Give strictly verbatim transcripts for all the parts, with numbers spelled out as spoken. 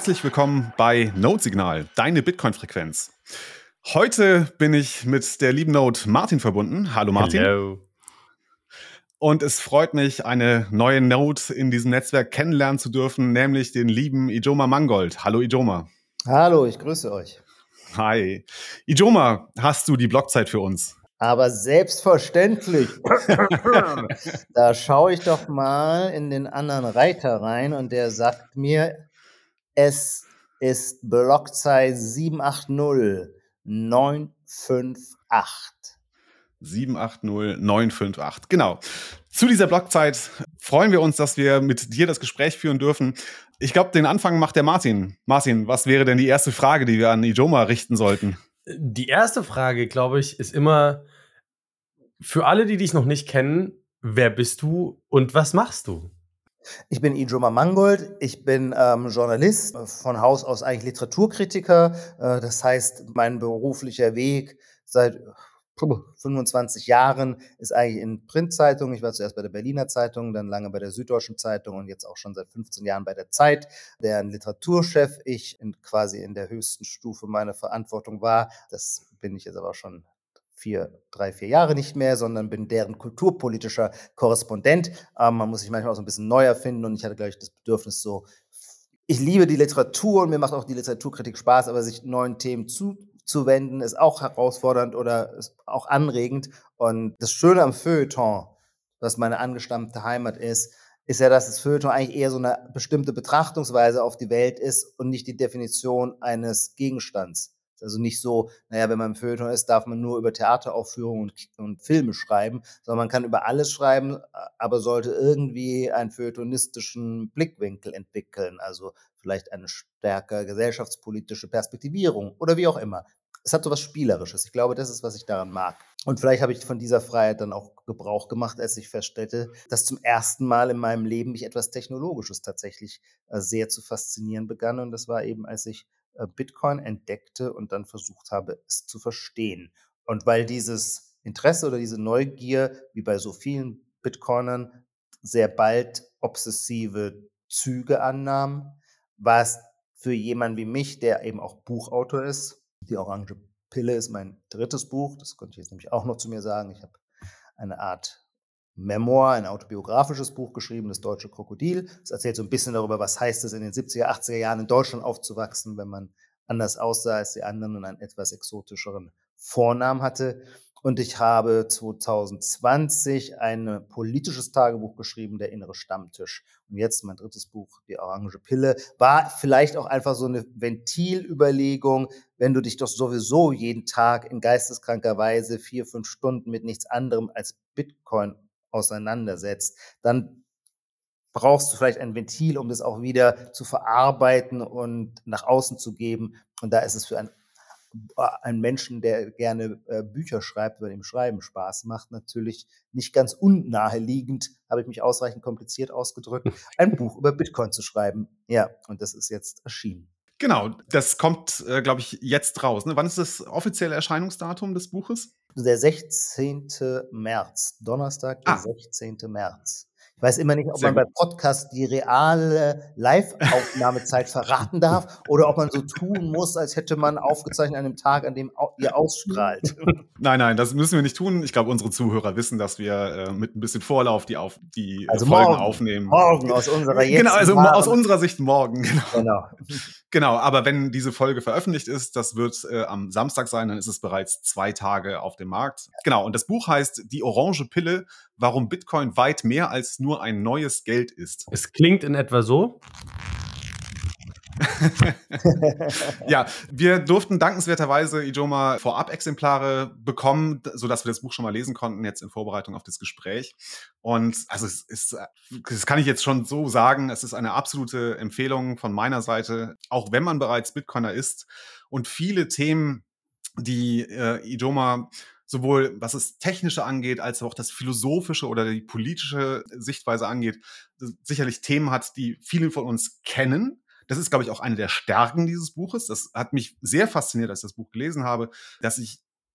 Herzlich willkommen bei Node-Signal, deine Bitcoin-Frequenz. Heute bin ich mit der lieben Node Martin verbunden. Hallo Martin. Hello. Und es freut mich, eine neue Node in diesem Netzwerk kennenlernen zu dürfen, nämlich den lieben Ijoma Mangold. Hallo Ijoma. Hallo, ich grüße euch. Hi. Ijoma, hast du die Blockzeit für uns? Aber selbstverständlich. Da schaue ich doch mal in den anderen Reiter rein und der sagt mir, es ist Blockzeit sieben acht null neun fünf acht. sieben acht null neun fünf acht, genau. Zu dieser Blockzeit freuen wir uns, dass wir mit dir das Gespräch führen dürfen. Ich glaube, den Anfang macht der Martin. Martin, was wäre denn die erste Frage, die wir an Ijoma richten sollten? Die erste Frage, glaube ich, ist immer für alle, die dich noch nicht kennen, wer bist du und was machst du? Ich bin Ijoma Mangold, ich bin ähm, Journalist, von Haus aus eigentlich Literaturkritiker. Äh, das heißt, mein beruflicher Weg seit fünfundzwanzig Jahren ist eigentlich in Printzeitungen. Ich war zuerst bei der Berliner Zeitung, dann lange bei der Süddeutschen Zeitung und jetzt auch schon seit fünfzehn Jahren bei der Zeit, deren Literaturchef ich in, quasi in der höchsten Stufe meiner Verantwortung war. Das bin ich jetzt aber schon vier, drei, vier Jahre nicht mehr, sondern bin deren kulturpolitischer Korrespondent. Ähm, man muss sich manchmal auch so ein bisschen neu erfinden und ich hatte, glaube ich, das Bedürfnis so, ich liebe die Literatur und mir macht auch die Literaturkritik Spaß, aber sich neuen Themen zuzuwenden ist auch herausfordernd oder ist auch anregend. Und das Schöne am Feuilleton, was meine angestammte Heimat ist, ist ja, dass das Feuilleton eigentlich eher so eine bestimmte Betrachtungsweise auf die Welt ist und nicht die Definition eines Gegenstands. Also nicht so, naja, wenn man im Feuilleton ist, darf man nur über Theateraufführungen und, und Filme schreiben, sondern man kann über alles schreiben, aber sollte irgendwie einen feuilletonistischen Blickwinkel entwickeln, also vielleicht eine stärker gesellschaftspolitische Perspektivierung oder wie auch immer. Es hat so was Spielerisches. Ich glaube, das ist, was ich daran mag. Und vielleicht habe ich von dieser Freiheit dann auch Gebrauch gemacht, als ich feststellte, dass zum ersten Mal in meinem Leben mich etwas Technologisches tatsächlich äh, sehr zu faszinieren begann. Und das war eben, als ich Bitcoin entdeckte und dann versucht habe, es zu verstehen. Und weil dieses Interesse oder diese Neugier, wie bei so vielen Bitcoinern, sehr bald obsessive Züge annahm, war es für jemanden wie mich, der eben auch Buchautor ist, die Orange Pille ist mein drittes Buch, das konnte ich jetzt nämlich auch noch zu mir sagen, ich habe eine Art Memoir, ein autobiografisches Buch geschrieben, das Deutsche Krokodil. Es erzählt so ein bisschen darüber, was heißt es, in den siebziger, achtziger Jahren in Deutschland aufzuwachsen, wenn man anders aussah als die anderen und einen etwas exotischeren Vornamen hatte. Und ich habe zwanzig zwanzig ein politisches Tagebuch geschrieben, Der innere Stammtisch. Und jetzt mein drittes Buch, Die Orange Pille, war vielleicht auch einfach so eine Ventilüberlegung, wenn du dich doch sowieso jeden Tag in geisteskranker Weise vier, fünf Stunden mit nichts anderem als Bitcoin auseinandersetzt, dann brauchst du vielleicht ein Ventil, um das auch wieder zu verarbeiten und nach außen zu geben. Und da ist es für einen, einen Menschen, der gerne äh, Bücher schreibt, weil ihm Schreiben Spaß macht, natürlich nicht ganz unnaheliegend, habe ich mich ausreichend kompliziert ausgedrückt, ein Buch über Bitcoin zu schreiben. Ja, und das ist jetzt erschienen. Genau, das kommt, äh, glaube ich, jetzt raus. Ne? Wann ist das offizielle Erscheinungsdatum des Buches? Der sechzehnten März, Donnerstag, der ah. sechzehnten März. Ich weiß immer nicht, ob Sehr man gut. bei Podcast die reale Live-Aufnahmezeit verraten darf oder ob man so tun muss, als hätte man aufgezeichnet an dem Tag, an dem ihr ausstrahlt. Nein, nein, das müssen wir nicht tun. Ich glaube, unsere Zuhörer wissen, dass wir äh, mit ein bisschen Vorlauf die, auf, die also Folgen morgen, aufnehmen. Morgen, aus unserer jetzt Genau, also aus unserer Sicht morgen. Genau. genau. Genau, aber wenn diese Folge veröffentlicht ist, das wird äh, am Samstag sein, dann ist es bereits zwei Tage auf dem Markt. Genau, und das Buch heißt Die Orange Pille, warum Bitcoin weit mehr als nur ein neues Geld ist. Es klingt in etwa so. Ja, wir durften dankenswerterweise, Ijoma, Vorab-Exemplare bekommen, sodass wir das Buch schon mal lesen konnten, jetzt in Vorbereitung auf das Gespräch. Und also es ist, das kann ich jetzt schon so sagen, es ist eine absolute Empfehlung von meiner Seite, auch wenn man bereits Bitcoiner ist und viele Themen, die äh, Ijoma sowohl was das Technische angeht, als auch das Philosophische oder die politische Sichtweise angeht, sicherlich Themen hat, die viele von uns kennen. Das ist, glaube ich, auch eine der Stärken dieses Buches. Das hat mich sehr fasziniert, als ich das Buch gelesen habe, dass ich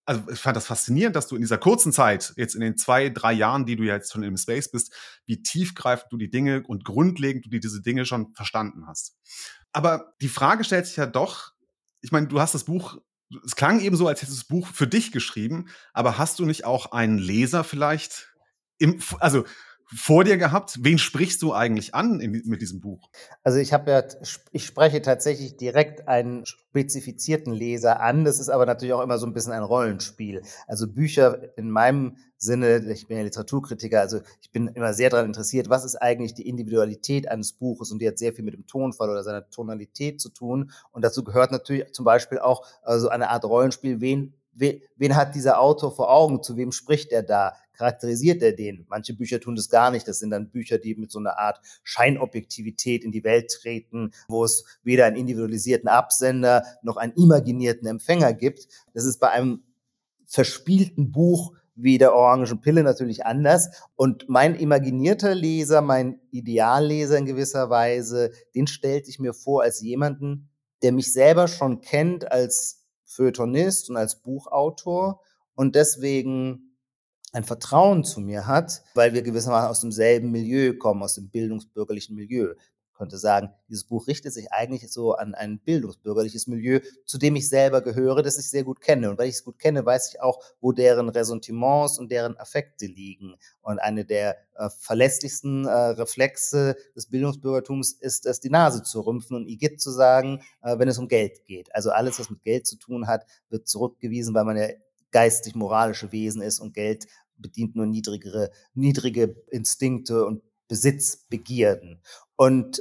also ich fand das faszinierend, dass du in dieser kurzen Zeit, jetzt in den zwei, drei Jahren, die du ja jetzt schon im Space bist, wie tiefgreifend du die Dinge und grundlegend du diese Dinge schon verstanden hast. Aber die Frage stellt sich ja doch, ich meine, du hast das Buch, es klang eben so, als hättest du das Buch für dich geschrieben, aber hast du nicht auch einen Leser vielleicht im, also vor dir gehabt? Wen sprichst du eigentlich an in, mit diesem Buch? Also ich habe ja, ich spreche tatsächlich direkt einen spezifizierten Leser an. Das ist aber natürlich auch immer so ein bisschen ein Rollenspiel. Also Bücher in meinem Sinne, ich bin ja Literaturkritiker, also ich bin immer sehr daran interessiert, was ist eigentlich die Individualität eines Buches, und die hat sehr viel mit dem Tonfall oder seiner Tonalität zu tun. Und dazu gehört natürlich zum Beispiel auch also eine Art Rollenspiel, wen Wen, wen hat dieser Autor vor Augen? Zu wem spricht er da? Charakterisiert er den? Manche Bücher tun das gar nicht. Das sind dann Bücher, die mit so einer Art Scheinobjektivität in die Welt treten, wo es weder einen individualisierten Absender noch einen imaginierten Empfänger gibt. Das ist bei einem verspielten Buch wie der Orangen Pille natürlich anders. Und mein imaginierter Leser, mein Idealleser in gewisser Weise, den stellte ich mir vor als jemanden, der mich selber schon kennt als Feuilletonist und als Buchautor und deswegen ein Vertrauen zu mir hat, weil wir gewissermaßen aus demselben Milieu kommen, aus dem bildungsbürgerlichen Milieu. Ich könnte sagen, dieses Buch richtet sich eigentlich so an ein bildungsbürgerliches Milieu, zu dem ich selber gehöre, das ich sehr gut kenne. Und weil ich es gut kenne, weiß ich auch, wo deren Ressentiments und deren Affekte liegen. Und eine der äh, verlässlichsten äh, Reflexe des Bildungsbürgertums ist es, die Nase zu rümpfen und Igitt zu sagen, äh, wenn es um Geld geht. Also alles, was mit Geld zu tun hat, wird zurückgewiesen, weil man ja geistig-moralische Wesen ist und Geld bedient nur niedrigere, niedrige Instinkte und Besitzbegierden. Und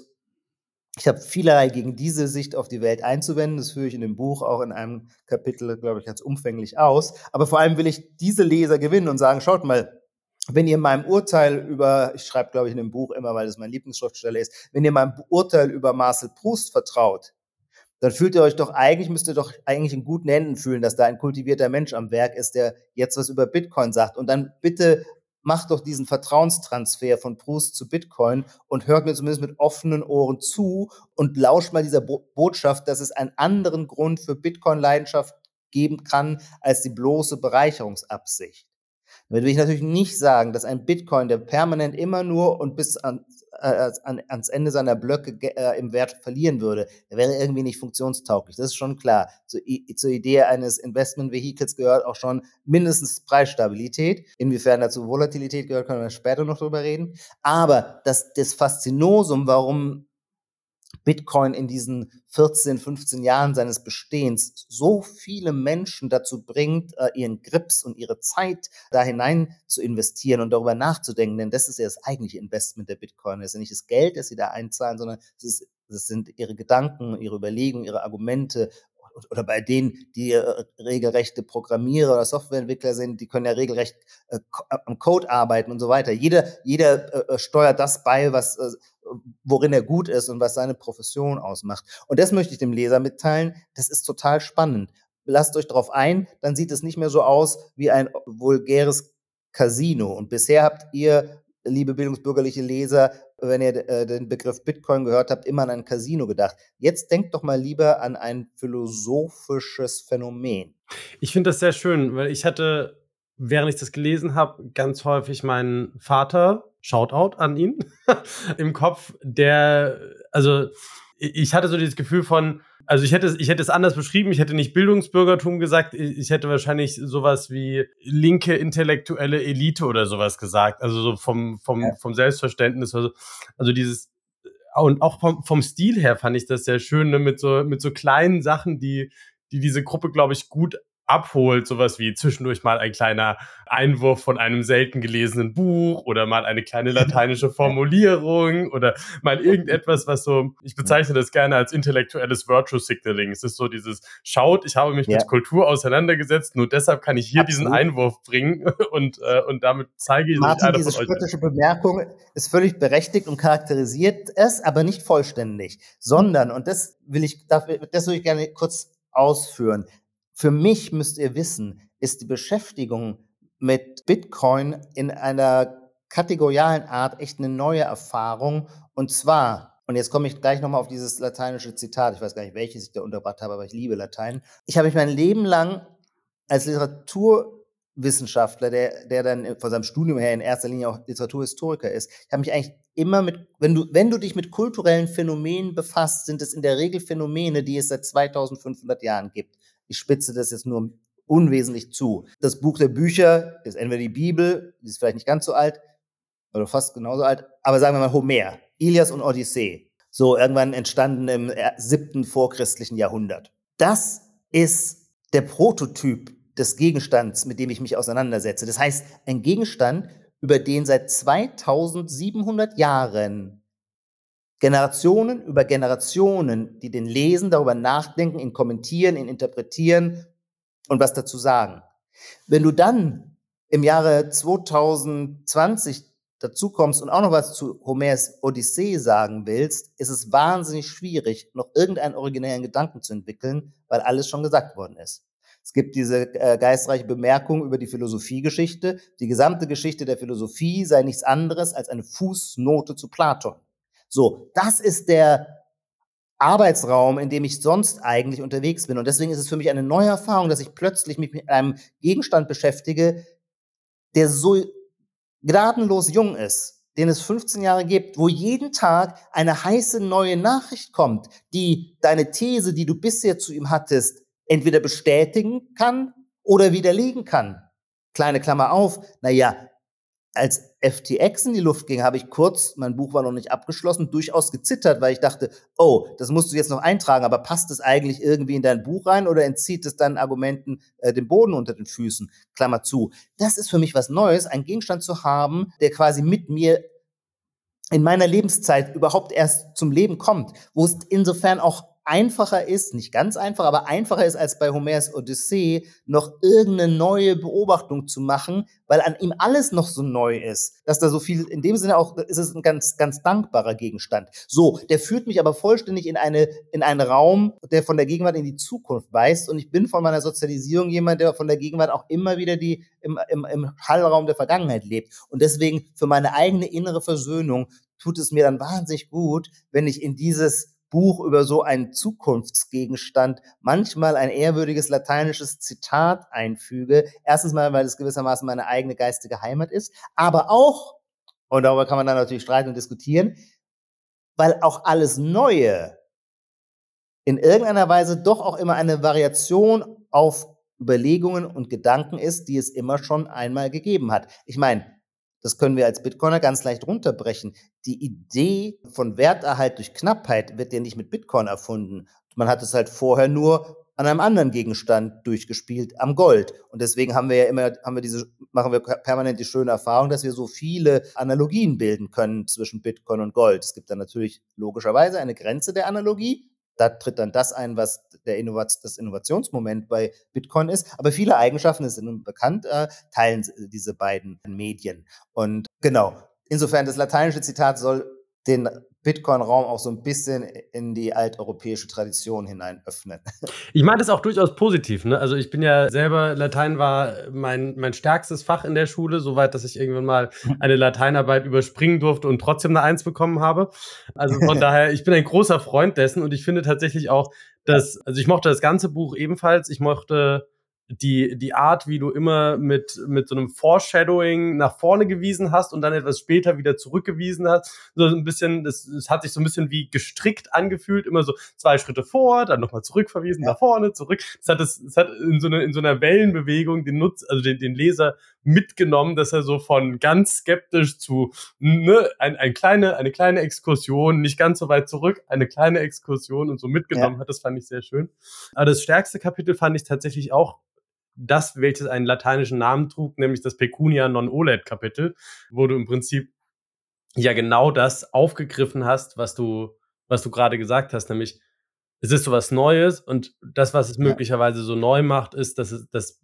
ich habe vielerlei gegen diese Sicht auf die Welt einzuwenden. Das führe ich in dem Buch auch in einem Kapitel, glaube ich, ganz umfänglich aus. Aber vor allem will ich diese Leser gewinnen und sagen, schaut mal, wenn ihr meinem Urteil über, ich schreibe, glaube ich, in dem Buch immer, weil das mein Lieblingsschriftsteller ist, wenn ihr meinem Urteil über Marcel Proust vertraut, dann fühlt ihr euch doch eigentlich, müsst ihr doch eigentlich in guten Händen fühlen, dass da ein kultivierter Mensch am Werk ist, der jetzt was über Bitcoin sagt. Und dann bitte macht doch diesen Vertrauenstransfer von Proust zu Bitcoin und hört mir zumindest mit offenen Ohren zu und lauscht mal dieser Bo- Botschaft, dass es einen anderen Grund für Bitcoin-Leidenschaft geben kann als die bloße Bereicherungsabsicht. Damit will ich natürlich nicht sagen, dass ein Bitcoin, der permanent immer nur und bis an, äh, an, ans Ende seiner Blöcke äh, im Wert verlieren würde, der wäre irgendwie nicht funktionstauglich. Das ist schon klar. Zur, zur Idee eines Investment-Vehikels gehört auch schon mindestens Preisstabilität. Inwiefern dazu Volatilität gehört, können wir später noch drüber reden. Aber das, das Faszinosum, warum Bitcoin in diesen vierzehn, fünfzehn Jahren seines Bestehens so viele Menschen dazu bringt, ihren Grips und ihre Zeit da hinein zu investieren und darüber nachzudenken, denn das ist ja das eigentliche Investment der Bitcoin. Das ist ja nicht das Geld, das sie da einzahlen, sondern es ist, das sind ihre Gedanken, ihre Überlegungen, ihre Argumente. Oder bei denen, die äh, regelrechte Programmierer oder Softwareentwickler sind, die können ja regelrecht äh, am Code arbeiten und so weiter. Jeder, jeder äh, steuert das bei, was, äh, worin er gut ist und was seine Profession ausmacht. Und das möchte ich dem Leser mitteilen. Das ist total spannend. Lasst euch darauf ein, dann sieht es nicht mehr so aus wie ein vulgäres Casino. Und bisher habt ihr, liebe bildungsbürgerliche Leser, wenn ihr äh, den Begriff Bitcoin gehört habt, immer an ein Casino gedacht. Jetzt denkt doch mal lieber an ein philosophisches Phänomen. Ich finde das sehr schön, weil ich hatte, während ich das gelesen habe, ganz häufig meinen Vater, Shoutout an ihn, im Kopf, der, also ich hatte so dieses Gefühl von, also ich hätte, ich hätte es anders beschrieben, ich hätte nicht Bildungsbürgertum gesagt, ich hätte wahrscheinlich sowas wie linke intellektuelle Elite oder sowas gesagt, also so vom, vom, ja. vom Selbstverständnis, also, also dieses, und auch vom, vom Stil her fand ich das sehr schön, ne, mit so, mit so kleinen Sachen, die, die diese Gruppe, glaube ich, gut abholt, sowas wie zwischendurch mal ein kleiner Einwurf von einem selten gelesenen Buch oder mal eine kleine lateinische Formulierung oder mal irgendetwas, was so, ich bezeichne das gerne als intellektuelles Virtue Signaling. Es ist so dieses, schaut, ich habe mich ja. mit Kultur auseinandergesetzt, nur deshalb kann ich hier Absolut. diesen Einwurf bringen und, äh, und damit zeige ich, Martin, diese spöttische Bemerkung ist völlig berechtigt und charakterisiert es, aber nicht vollständig, sondern, und das will ich, das will ich gerne kurz ausführen. Für mich, müsst ihr wissen, ist die Beschäftigung mit Bitcoin in einer kategorialen Art echt eine neue Erfahrung. Und zwar, und jetzt komme ich gleich nochmal auf dieses lateinische Zitat, ich weiß gar nicht, welches ich da unterbracht habe, aber ich liebe Latein. Ich habe mich mein Leben lang als Literaturwissenschaftler, der, der dann von seinem Studium her in erster Linie auch Literaturhistoriker ist, ich habe mich eigentlich immer mit, wenn du, wenn du dich mit kulturellen Phänomenen befasst, sind es in der Regel Phänomene, die es seit zweitausendfünfhundert Jahren gibt. Ich spitze das jetzt nur unwesentlich zu. Das Buch der Bücher ist entweder die Bibel, die ist vielleicht nicht ganz so alt, oder fast genauso alt, aber sagen wir mal Homer, Ilias und Odyssee, so irgendwann entstanden im siebten vorchristlichen Jahrhundert. Das ist der Prototyp des Gegenstands, mit dem ich mich auseinandersetze. Das heißt, ein Gegenstand, über den seit zweitausendsiebenhundert Jahren Generationen über Generationen, die den lesen, darüber nachdenken, ihn kommentieren, ihn interpretieren und was dazu sagen. Wenn du dann im Jahre zweitausendzwanzig dazu kommst und auch noch was zu Homers Odyssee sagen willst, ist es wahnsinnig schwierig, noch irgendeinen originären Gedanken zu entwickeln, weil alles schon gesagt worden ist. Es gibt diese äh, geistreiche Bemerkung über die Philosophiegeschichte. Die gesamte Geschichte der Philosophie sei nichts anderes als eine Fußnote zu Platon. So, das ist der Arbeitsraum, in dem ich sonst eigentlich unterwegs bin. Und deswegen ist es für mich eine neue Erfahrung, dass ich plötzlich mich mit einem Gegenstand beschäftige, der so gnadenlos jung ist, den es fünfzehn Jahre gibt, wo jeden Tag eine heiße neue Nachricht kommt, die deine These, die du bisher zu ihm hattest, entweder bestätigen kann oder widerlegen kann. Kleine Klammer auf, naja, als F T X in die Luft ging, habe ich kurz, mein Buch war noch nicht abgeschlossen, durchaus gezittert, weil ich dachte, oh, das musst du jetzt noch eintragen, aber passt es eigentlich irgendwie in dein Buch rein oder entzieht es deinen Argumenten äh, den Boden unter den Füßen? Klammer zu. Das ist für mich was Neues, einen Gegenstand zu haben, der quasi mit mir in meiner Lebenszeit überhaupt erst zum Leben kommt, wo es insofern auch einfacher ist, nicht ganz einfach, aber einfacher ist als bei Homers Odyssee, noch irgendeine neue Beobachtung zu machen, weil an ihm alles noch so neu ist, dass da so viel, in dem Sinne auch, ist es ein ganz, ganz dankbarer Gegenstand. So, der führt mich aber vollständig in eine, in einen Raum, der von der Gegenwart in die Zukunft weist, und ich bin von meiner Sozialisierung jemand, der von der Gegenwart auch immer wieder die, im, im, im Hallraum der Vergangenheit lebt. Und deswegen für meine eigene innere Versöhnung tut es mir dann wahnsinnig gut, wenn ich in dieses Buch über so einen Zukunftsgegenstand manchmal ein ehrwürdiges lateinisches Zitat einfüge. Erstens mal, weil es gewissermaßen meine eigene geistige Heimat ist, aber auch, und darüber kann man dann natürlich streiten und diskutieren, weil auch alles Neue in irgendeiner Weise doch auch immer eine Variation auf Überlegungen und Gedanken ist, die es immer schon einmal gegeben hat. Ich meine, das können wir als Bitcoiner ganz leicht runterbrechen. Die Idee von Werterhalt durch Knappheit wird ja nicht mit Bitcoin erfunden. Man hat es halt vorher nur an einem anderen Gegenstand durchgespielt, am Gold. Und deswegen haben wir ja immer, haben wir diese, machen wir permanent die schöne Erfahrung, dass wir so viele Analogien bilden können zwischen Bitcoin und Gold. Es gibt dann natürlich logischerweise eine Grenze der Analogie. Da tritt dann das ein, was der Innovat- das Innovationsmoment bei Bitcoin ist. Aber viele Eigenschaften, das sind bekannt, äh, teilen diese beiden Medien. Und genau, insofern das lateinische Zitat soll den Bitcoin-Raum auch so ein bisschen in die alteuropäische Tradition hinein öffnen. Ich meine das auch durchaus positiv, ne? Also ich bin ja selber, Latein war mein, mein stärkstes Fach in der Schule, soweit, dass ich irgendwann mal eine Lateinarbeit überspringen durfte und trotzdem eine Eins bekommen habe. Also von daher, ich bin ein großer Freund dessen, und ich finde tatsächlich auch, dass, also ich mochte das ganze Buch ebenfalls, ich mochte die, die Art, wie du immer mit, mit so einem Foreshadowing nach vorne gewiesen hast und dann etwas später wieder zurückgewiesen hast. So ein bisschen, das, das hat sich so ein bisschen wie gestrickt angefühlt, immer so zwei Schritte vor, dann nochmal zurückverwiesen, ja. Nach vorne, zurück. Das hat, das, das hat in so, eine, in so einer Wellenbewegung den Nutz, also den, den Leser mitgenommen, dass er so von ganz skeptisch zu, ne, ein, ein kleine, eine kleine Exkursion, nicht ganz so weit zurück, eine kleine Exkursion und so mitgenommen ja. hat. Das fand ich sehr schön. Aber das stärkste Kapitel fand ich tatsächlich auch das, welches einen lateinischen Namen trug, nämlich das Pecunia non olet Kapitel, wo du im Prinzip ja genau das aufgegriffen hast, was du, was du gerade gesagt hast, nämlich es ist so was Neues, und das, was es ja. möglicherweise so neu macht, ist, dass es, dass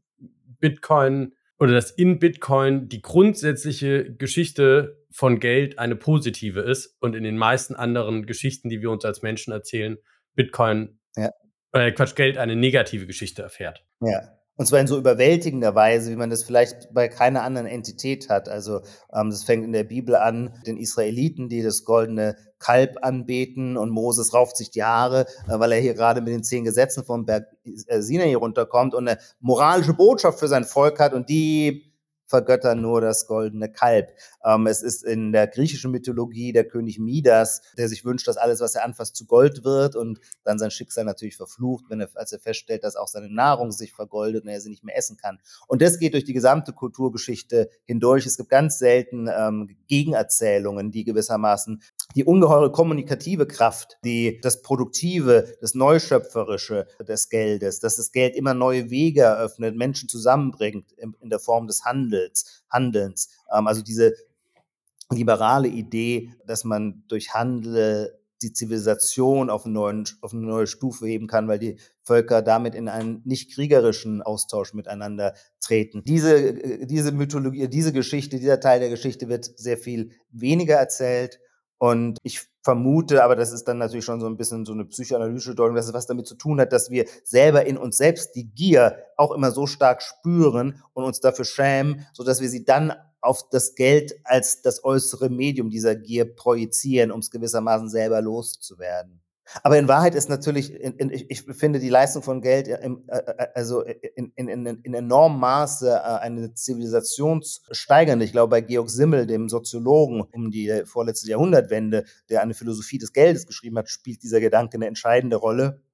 Bitcoin oder dass in Bitcoin die grundsätzliche Geschichte von Geld eine positive ist und in den meisten anderen Geschichten, die wir uns als Menschen erzählen, Bitcoin, ja. äh, Quatsch, Geld eine negative Geschichte erfährt. Ja. Und zwar in so überwältigender Weise, wie man das vielleicht bei keiner anderen Entität hat. Also ähm, das fängt in der Bibel an, den Israeliten, die das goldene Kalb anbeten, und Moses rauft sich die Haare, äh, weil er hier gerade mit den zehn Gesetzen vom Berg äh, Sinai runterkommt und eine moralische Botschaft für sein Volk hat, und die vergöttern nur das goldene Kalb. Ähm, es ist in der griechischen Mythologie der König Midas, der sich wünscht, dass alles, was er anfasst, zu Gold wird, und dann sein Schicksal natürlich verflucht, wenn er, als er feststellt, dass auch seine Nahrung sich vergoldet und er sie nicht mehr essen kann. Und das geht durch die gesamte Kulturgeschichte hindurch. Es gibt ganz selten ähm, Gegenerzählungen, die gewissermaßen die ungeheure kommunikative Kraft, die das Produktive, das Neuschöpferische des Geldes, dass das Geld immer neue Wege eröffnet, Menschen zusammenbringt in, in der Form des Handels. Handelns. Ähm, also diese liberale Idee, dass man durch Handel die Zivilisation auf, einen neuen, auf eine neue Stufe heben kann, weil die Völker damit in einen nicht kriegerischen Austausch miteinander treten. Diese, diese Mythologie, diese Geschichte, dieser Teil der Geschichte wird sehr viel weniger erzählt. Und ich vermute, aber das ist dann natürlich schon so ein bisschen so eine psychoanalytische Deutung, dass es was damit zu tun hat, dass wir selber in uns selbst die Gier auch immer so stark spüren und uns dafür schämen, sodass wir sie dann auf das Geld als das äußere Medium dieser Gier projizieren, um es gewissermaßen selber loszuwerden. Aber in Wahrheit ist natürlich, in, in, ich finde die Leistung von Geld im, äh, also in, in, in, in enormem Maße äh, eine zivilisationssteigernde. Ich glaube, bei Georg Simmel, dem Soziologen um die vorletzte Jahrhundertwende, der eine Philosophie des Geldes geschrieben hat, spielt dieser Gedanke eine entscheidende Rolle,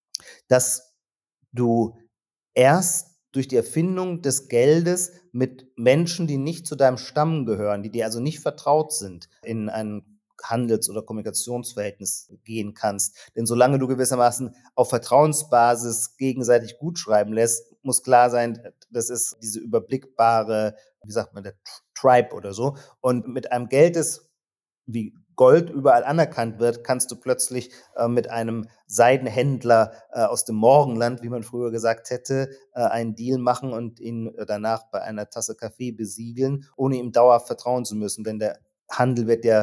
dass du erst durch die Erfindung des Geldes mit Menschen, die nicht zu deinem Stamm gehören, die dir also nicht vertraut sind, in ein Handels- oder Kommunikationsverhältnis gehen kannst. Denn solange du gewissermaßen auf Vertrauensbasis gegenseitig gutschreiben lässt, muss klar sein, das ist diese überblickbare, wie sagt man, der Tribe oder so. Und mit einem Geld, das wie Gold überall anerkannt wird, kannst du plötzlich äh, mit einem Seidenhändler äh, aus dem Morgenland, wie man früher gesagt hätte, äh, einen Deal machen und ihn äh, danach bei einer Tasse Kaffee besiegeln, ohne ihm dauerhaft vertrauen zu müssen. Denn der Handel wird ja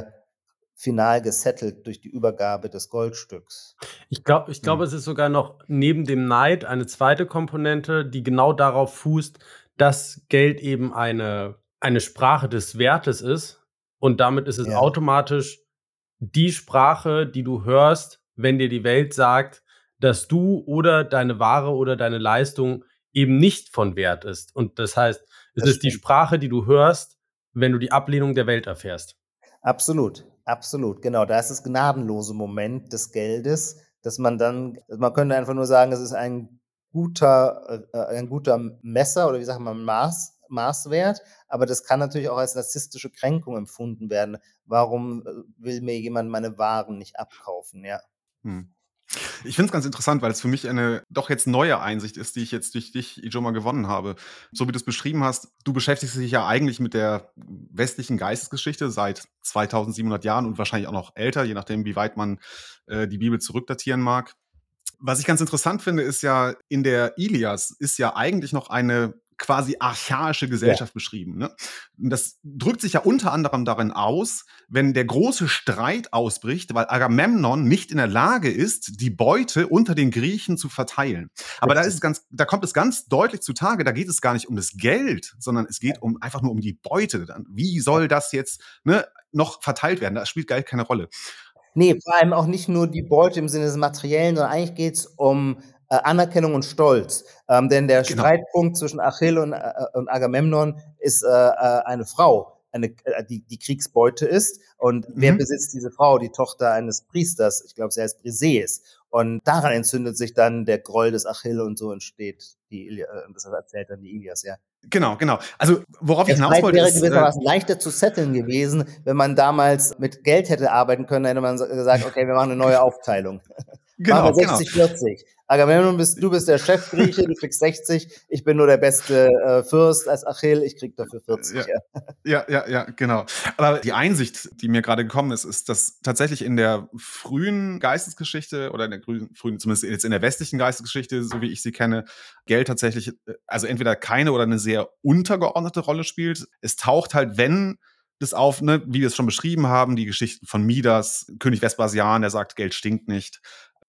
final gesettelt durch die Übergabe des Goldstücks. Ich glaube, ich glaube, mhm. es ist sogar noch neben dem Neid eine zweite Komponente, die genau darauf fußt, dass Geld eben eine, eine Sprache des Wertes ist. Und damit ist es ja. automatisch die Sprache, die du hörst, wenn dir die Welt sagt, dass du oder deine Ware oder deine Leistung eben nicht von Wert ist. Und das heißt, es das ist stimmt. die Sprache, die du hörst, wenn du die Ablehnung der Welt erfährst. Absolut, absolut, genau. Da ist das gnadenlose Moment des Geldes, dass man dann, man könnte einfach nur sagen, es ist ein guter, äh, ein guter Messer oder wie sagt man, Maß, Maßwert, aber das kann natürlich auch als narzisstische Kränkung empfunden werden. Warum will mir jemand meine Waren nicht abkaufen, ja? Hm. Ich finde es ganz interessant, weil es für mich eine doch jetzt neue Einsicht ist, die ich jetzt durch dich, Ijoma, gewonnen habe. So wie du es beschrieben hast, du beschäftigst dich ja eigentlich mit der westlichen Geistesgeschichte seit zweitausendsiebenhundert Jahren und wahrscheinlich auch noch älter, je nachdem, wie weit man äh, die Bibel zurückdatieren mag. Was ich ganz interessant finde, ist ja, in der Ilias ist ja eigentlich noch eine quasi archaische Gesellschaft ja. beschrieben. Ne? Das drückt sich ja unter anderem darin aus, wenn der große Streit ausbricht, weil Agamemnon nicht in der Lage ist, die Beute unter den Griechen zu verteilen. Aber da ist es ganz, da kommt es ganz deutlich zutage, da geht es gar nicht um das Geld, sondern es geht um einfach nur um die Beute. Wie soll das jetzt ne, noch verteilt werden? Das spielt gar keine Rolle. Nee, vor allem auch nicht nur die Beute im Sinne des Materiellen, sondern eigentlich geht es um äh, Anerkennung und Stolz. Ähm, denn der genau. Streitpunkt zwischen Achill und, äh, und Agamemnon ist äh, eine Frau, eine, äh, die, die Kriegsbeute ist. Und mhm. wer besitzt diese Frau? Die Tochter eines Priesters. Ich glaube, sie heißt Briseis. Und daran entzündet sich dann der Groll des Achill und so entsteht die Ilias, äh, das erzählt dann die Ilias, ja. Genau, genau. Also worauf der ich hinaus wollte, wäre ist gewissermaßen äh, leichter zu setteln gewesen, wenn man damals mit Geld hätte arbeiten können, hätte man gesagt, okay, wir machen eine neue Aufteilung. Genau, machen wir sechzig vierzig. Genau. Agamemnon, bist, du bist der Chefgrieche, du kriegst sechzig, ich bin nur der beste äh, Fürst als Achill, ich krieg dafür vierzig. Ja, ja, ja, ja, genau. Aber die Einsicht, die mir gerade gekommen ist, ist, dass tatsächlich in der frühen Geistesgeschichte oder in der frühen, zumindest jetzt in der westlichen Geistesgeschichte, so wie ich sie kenne, Geld tatsächlich, also entweder keine oder eine sehr untergeordnete Rolle spielt. Es taucht halt, wenn das auf, ne, wie wir es schon beschrieben haben, die Geschichten von Midas, König Vespasian, der sagt, Geld stinkt nicht.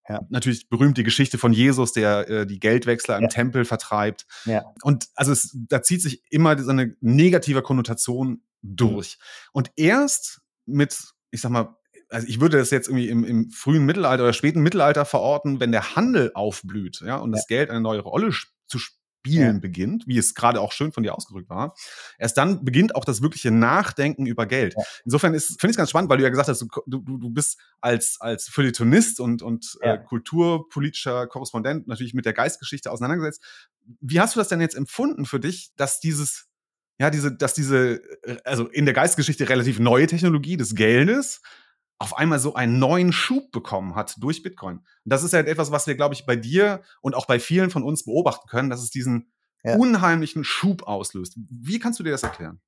Ja. Natürlich berühmt die Geschichte von Jesus, der äh, die Geldwechsler im Ja. Tempel vertreibt. Ja. Und also es, da zieht sich immer so eine negative Konnotation durch. Mhm. Und erst mit, ich sag mal, also ich würde das jetzt irgendwie im, im frühen Mittelalter oder späten Mittelalter verorten, wenn der Handel aufblüht, ja, und ja. das Geld eine neue Rolle zu spielen ja. beginnt, wie es gerade auch schön von dir ausgedrückt war. Erst dann beginnt auch das wirkliche Nachdenken über Geld. Ja. Insofern ist, finde ich es ganz spannend, weil du ja gesagt hast, du, du, du bist als, als Feuilletonist und, und ja. äh, kulturpolitischer Korrespondent natürlich mit der Geistgeschichte auseinandergesetzt. Wie hast du das denn jetzt empfunden für dich, dass dieses, ja, diese, dass diese, also in der Geistgeschichte relativ neue Technologie des Geldes auf einmal so einen neuen Schub bekommen hat durch Bitcoin? Und das ist ja etwas, was wir, glaube ich, bei dir und auch bei vielen von uns beobachten können, dass es diesen ja. unheimlichen Schub auslöst. Wie kannst du dir das erklären?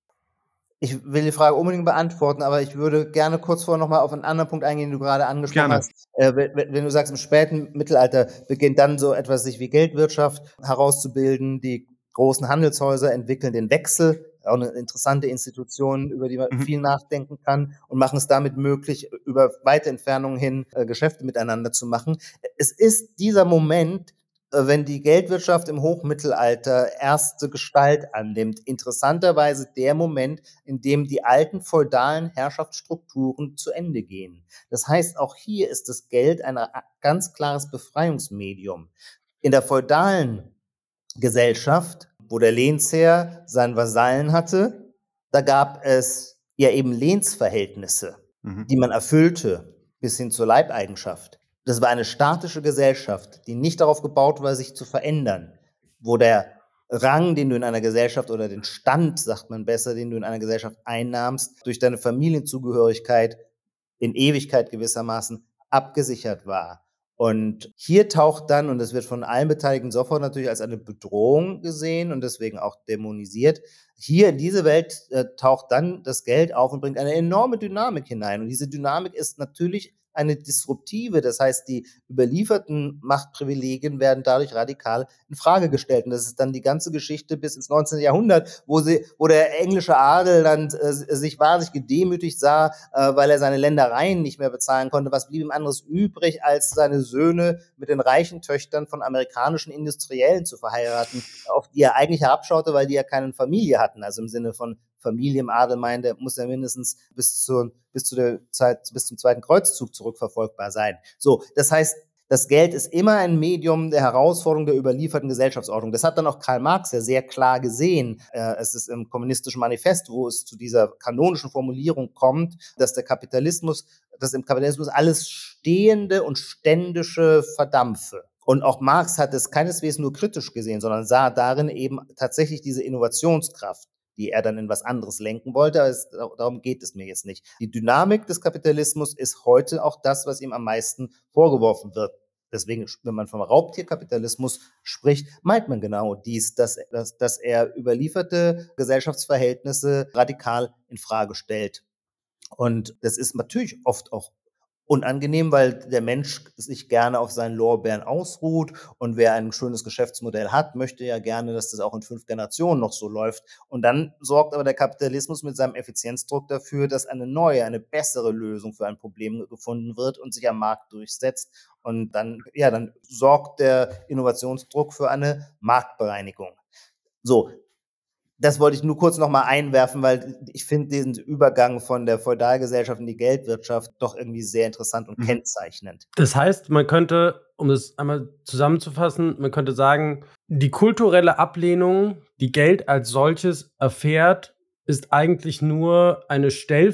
Ich will die Frage unbedingt beantworten, aber ich würde gerne kurz vorher nochmal auf einen anderen Punkt eingehen, den du gerade angesprochen gerne. hast. Äh, wenn, wenn du sagst, im späten Mittelalter beginnt dann so etwas sich wie Geldwirtschaft herauszubilden, die großen Handelshäuser entwickeln den Wechsel, auch eine interessante Institution, über die man mhm. viel nachdenken kann und machen es damit möglich, über weite Entfernungen hin äh, Geschäfte miteinander zu machen. Es ist dieser Moment, äh, wenn die Geldwirtschaft im Hochmittelalter erste Gestalt annimmt, interessanterweise der Moment, in dem die alten feudalen Herrschaftsstrukturen zu Ende gehen. Das heißt, auch hier ist das Geld ein ganz klares Befreiungsmedium. In der feudalen Gesellschaft, wo der Lehnsherr seinen Vasallen hatte, da gab es ja eben Lehnsverhältnisse, mhm. die man erfüllte, bis hin zur Leibeigenschaft. Das war eine statische Gesellschaft, die nicht darauf gebaut war, sich zu verändern, wo der Rang, den du in einer Gesellschaft oder den Stand, sagt man besser, den du in einer Gesellschaft einnahmst, durch deine Familienzugehörigkeit in Ewigkeit gewissermaßen abgesichert war. Und hier taucht dann, und das wird von allen Beteiligten sofort natürlich als eine Bedrohung gesehen und deswegen auch dämonisiert, hier in diese Welt äh, taucht dann das Geld auf und bringt eine enorme Dynamik hinein. Und diese Dynamik ist natürlich eine disruptive, das heißt, die überlieferten Machtprivilegien werden dadurch radikal in Frage gestellt. Und das ist dann die ganze Geschichte bis ins neunzehnten Jahrhundert, wo sie, wo der englische Adel dann äh, sich wahrlich gedemütigt sah, äh, weil er seine Ländereien nicht mehr bezahlen konnte. Was blieb ihm anderes übrig, als seine Söhne mit den reichen Töchtern von amerikanischen Industriellen zu verheiraten, auf die er eigentlich herabschaute, weil die ja keine Familie hatten, also im Sinne von Familie im Adel meint, der muss ja mindestens bis zur, bis zu der Zeit, bis zum Zweiten Kreuzzug zurückverfolgbar sein. So, das heißt, das Geld ist immer ein Medium der Herausforderung der überlieferten Gesellschaftsordnung. Das hat dann auch Karl Marx ja sehr klar gesehen. Es ist im Kommunistischen Manifest, wo es zu dieser kanonischen Formulierung kommt, dass der Kapitalismus, dass im Kapitalismus alles Stehende und Ständische verdampfe. Und auch Marx hat es keineswegs nur kritisch gesehen, sondern sah darin eben tatsächlich diese Innovationskraft, die er dann in was anderes lenken wollte. Aber es, darum geht es mir jetzt nicht. Die Dynamik des Kapitalismus ist heute auch das, was ihm am meisten vorgeworfen wird. Deswegen, wenn man vom Raubtierkapitalismus spricht, meint man genau dies, dass, dass, dass er überlieferte Gesellschaftsverhältnisse radikal in Frage stellt. Und das ist natürlich oft auch unangenehm, weil der Mensch sich gerne auf seinen Lorbeeren ausruht und wer ein schönes Geschäftsmodell hat, möchte ja gerne, dass das auch in fünf Generationen noch so läuft. Und dann sorgt aber der Kapitalismus mit seinem Effizienzdruck dafür, dass eine neue, eine bessere Lösung für ein Problem gefunden wird und sich am Markt durchsetzt. Und dann, ja, dann sorgt der Innovationsdruck für eine Marktbereinigung. So. Das wollte ich nur kurz nochmal einwerfen, weil ich finde diesen Übergang von der Feudalgesellschaft in die Geldwirtschaft doch irgendwie sehr interessant und mhm. kennzeichnend. Das heißt, man könnte, um das einmal zusammenzufassen, man könnte sagen, die kulturelle Ablehnung, die Geld als solches erfährt, ist eigentlich nur eine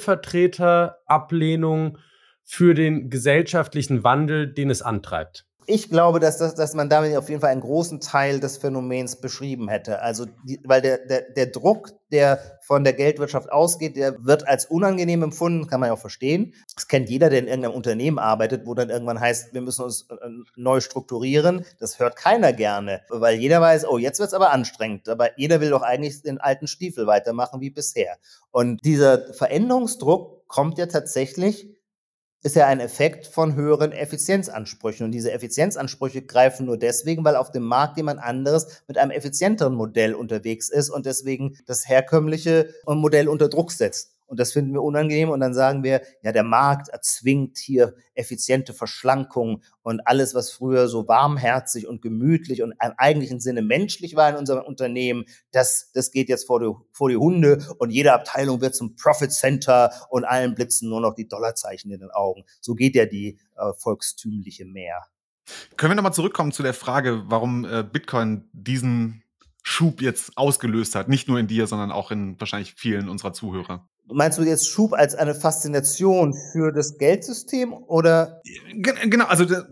Stellvertreterablehnung für den gesellschaftlichen Wandel, den es antreibt. Ich glaube, dass, das, dass man damit auf jeden Fall einen großen Teil des Phänomens beschrieben hätte. Also, die, weil der, der, der Druck, der von der Geldwirtschaft ausgeht, der wird als unangenehm empfunden, kann man ja auch verstehen. Das kennt jeder, der in irgendeinem Unternehmen arbeitet, wo dann irgendwann heißt, wir müssen uns äh, neu strukturieren. Das hört keiner gerne, weil jeder weiß, oh, jetzt wird's aber anstrengend. Aber jeder will doch eigentlich den alten Stiefel weitermachen wie bisher. Und dieser Veränderungsdruck kommt ja tatsächlich, ist ja ein Effekt von höheren Effizienzansprüchen. Und diese Effizienzansprüche greifen nur deswegen, weil auf dem Markt jemand anderes mit einem effizienteren Modell unterwegs ist und deswegen das herkömmliche Modell unter Druck setzt. Und das finden wir unangenehm. Und dann sagen wir, ja, der Markt erzwingt hier effiziente Verschlankung und alles, was früher so warmherzig und gemütlich und im eigentlichen Sinne menschlich war in unserem Unternehmen, das, das geht jetzt vor die, vor die Hunde und jede Abteilung wird zum Profit Center und allen blitzen nur noch die Dollarzeichen in den Augen. So geht ja die äh, volkstümliche Mehr. Können wir nochmal zurückkommen zu der Frage, warum äh, Bitcoin diesen Schub jetzt ausgelöst hat? Nicht nur in dir, sondern auch in wahrscheinlich vielen unserer Zuhörer. Meinst du jetzt Schub als eine Faszination für das Geldsystem oder? Gen- Genau, also d-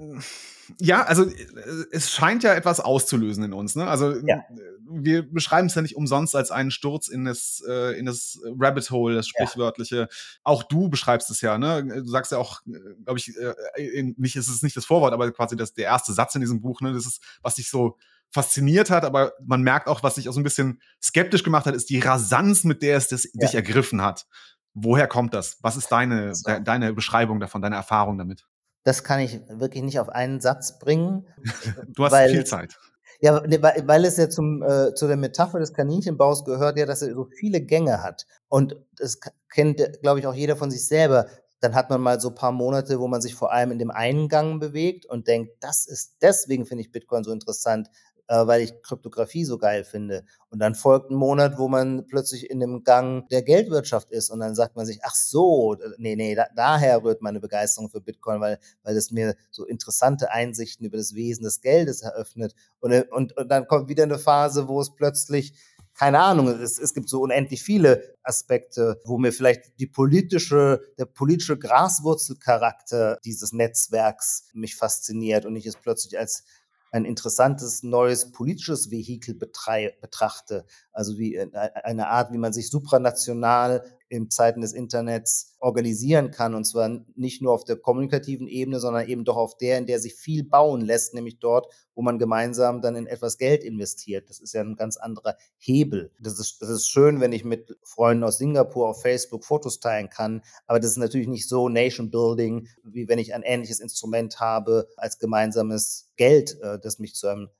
ja, also äh, es scheint ja etwas auszulösen in uns. Ne? Also Ja. wir beschreiben es ja nicht umsonst als einen Sturz in das, äh, in das Rabbit Hole, das sprichwörtliche. Auch du beschreibst es ja. Ne? Du sagst ja auch, glaube ich, äh, in- nicht, es ist nicht das Vorwort, aber quasi das, der erste Satz in diesem Buch. Ne? Das ist, was dich so fasziniert hat, aber man merkt auch, was dich auch so ein bisschen skeptisch gemacht hat, ist die Rasanz, mit der es das, Ja. dich ergriffen hat. Woher kommt das? Was ist deine, So. de, deine Beschreibung davon, deine Erfahrung damit? Das kann ich wirklich nicht auf einen Satz bringen. Du hast weil viel es, Zeit. Ja, weil, weil es ja zum, äh, zu der Metapher des Kaninchenbaus gehört, ja, dass er so viele Gänge hat. Und das kennt, glaube ich, auch jeder von sich selber. Dann hat man mal so ein paar Monate, wo man sich vor allem in dem einen Gang bewegt und denkt, das ist, deswegen finde ich Bitcoin so interessant, äh, weil ich Kryptographie so geil finde. Und dann folgt ein Monat, wo man plötzlich in dem Gang der Geldwirtschaft ist und dann sagt man sich, ach so, nee, nee, da, daher rührt meine Begeisterung für Bitcoin, weil, weil es mir so interessante Einsichten über das Wesen des Geldes eröffnet. Und, und, und dann kommt wieder eine Phase, wo es plötzlich, keine Ahnung, es, es gibt so unendlich viele Aspekte, wo mir vielleicht die politische, der politische Graswurzelcharakter dieses Netzwerks mich fasziniert und ich es plötzlich als ein interessantes neues politisches Vehikel betrei- betrachte. Also wie eine Art, wie man sich supranational in Zeiten des Internets organisieren kann. Und zwar nicht nur auf der kommunikativen Ebene, sondern eben doch auf der, in der sich viel bauen lässt, nämlich dort, wo man gemeinsam dann in etwas Geld investiert. Das ist ja ein ganz anderer Hebel. Das ist, das ist schön, wenn ich mit Freunden aus Singapur auf Facebook Fotos teilen kann, aber das ist natürlich nicht so Nation Building, wie wenn ich ein ähnliches Instrument habe als gemeinsames Geld, äh, das mich zu einem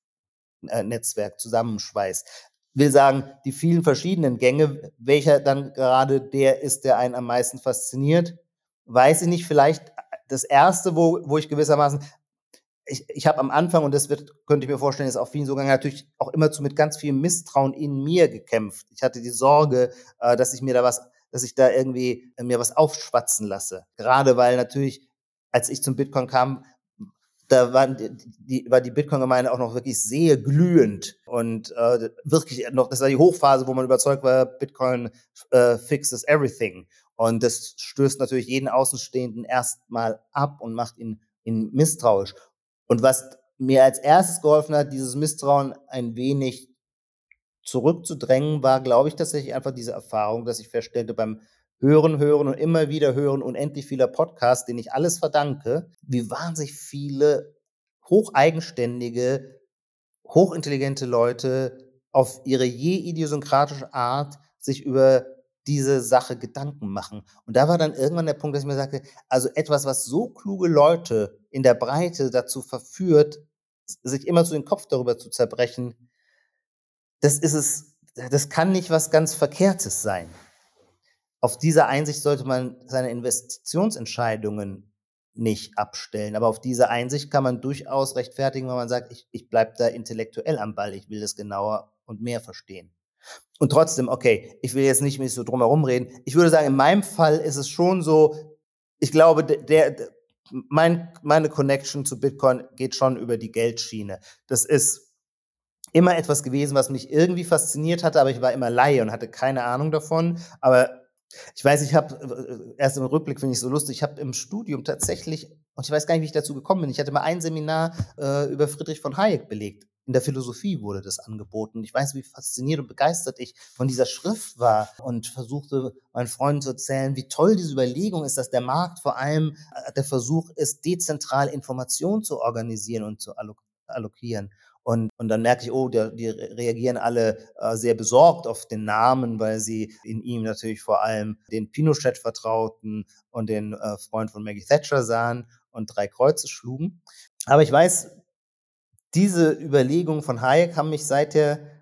äh, Netzwerk zusammenschweißt. Will sagen, die vielen verschiedenen Gänge, welcher dann gerade der ist, der einen am meisten fasziniert, weiß ich nicht. Vielleicht das erste, wo, wo ich gewissermaßen, ich, ich habe am Anfang, und das wird, könnte ich mir vorstellen, ist auch vielen so gegangen, natürlich auch immer zu mit ganz viel Misstrauen in mir gekämpft. Ich hatte die Sorge, äh, dass ich mir da was, dass ich da irgendwie äh, mir was aufschwatzen lasse. Gerade weil natürlich, als ich zum Bitcoin kam, da waren die, die, war die Bitcoin-Gemeinde auch noch wirklich sehr glühend und äh, wirklich noch, das war die Hochphase, wo man überzeugt war, Bitcoin äh, fixes everything. Und das stößt natürlich jeden Außenstehenden erstmal ab und macht ihn, ihn misstrauisch. Und was mir als erstes geholfen hat, dieses Misstrauen ein wenig zurückzudrängen, war, glaube ich, tatsächlich einfach diese Erfahrung, dass ich feststellte beim Hören, Hören und immer wieder Hören unendlich vieler Podcasts, denen ich alles verdanke, wie wahnsinnig viele hocheigenständige, hochintelligente Leute auf ihre je idiosynkratische Art sich über diese Sache Gedanken machen. Und da war dann irgendwann der Punkt, dass ich mir sagte, also etwas, was so kluge Leute in der Breite dazu verführt, sich immer so den Kopf darüber zu zerbrechen, das ist es, das kann nicht was ganz Verkehrtes sein. Auf diese Einsicht sollte man seine Investitionsentscheidungen nicht abstellen. Aber auf diese Einsicht kann man durchaus rechtfertigen, wenn man sagt, ich, ich bleibe da intellektuell am Ball, ich will das genauer und mehr verstehen. Und trotzdem, okay, ich will jetzt nicht mehr so drum herum reden. Ich würde sagen, in meinem Fall ist es schon so, ich glaube, der, der mein, meine Connection zu Bitcoin geht schon über die Geldschiene. Das ist immer etwas gewesen, was mich irgendwie fasziniert hatte, aber ich war immer Laie und hatte keine Ahnung davon. Aber ich weiß, ich habe, erst im Rückblick finde ich so lustig, ich habe im Studium tatsächlich, und ich weiß gar nicht, wie ich dazu gekommen bin, ich hatte mal ein Seminar äh, über Friedrich von Hayek belegt. In der Philosophie wurde das angeboten. Ich weiß, wie fasziniert und begeistert ich von dieser Schrift war und versuchte, meinen Freunden zu erzählen, wie toll diese Überlegung ist, dass der Markt vor allem äh, der Versuch ist, dezentral Informationen zu organisieren und zu allok- allokieren. Und, und dann merke ich, oh, die, die reagieren alle äh, sehr besorgt auf den Namen, weil sie in ihm natürlich vor allem den Pinochet vertrauten und den äh, Freund von Maggie Thatcher sahen und drei Kreuze schlugen. Aber ich weiß, diese Überlegungen von Hayek haben mich seither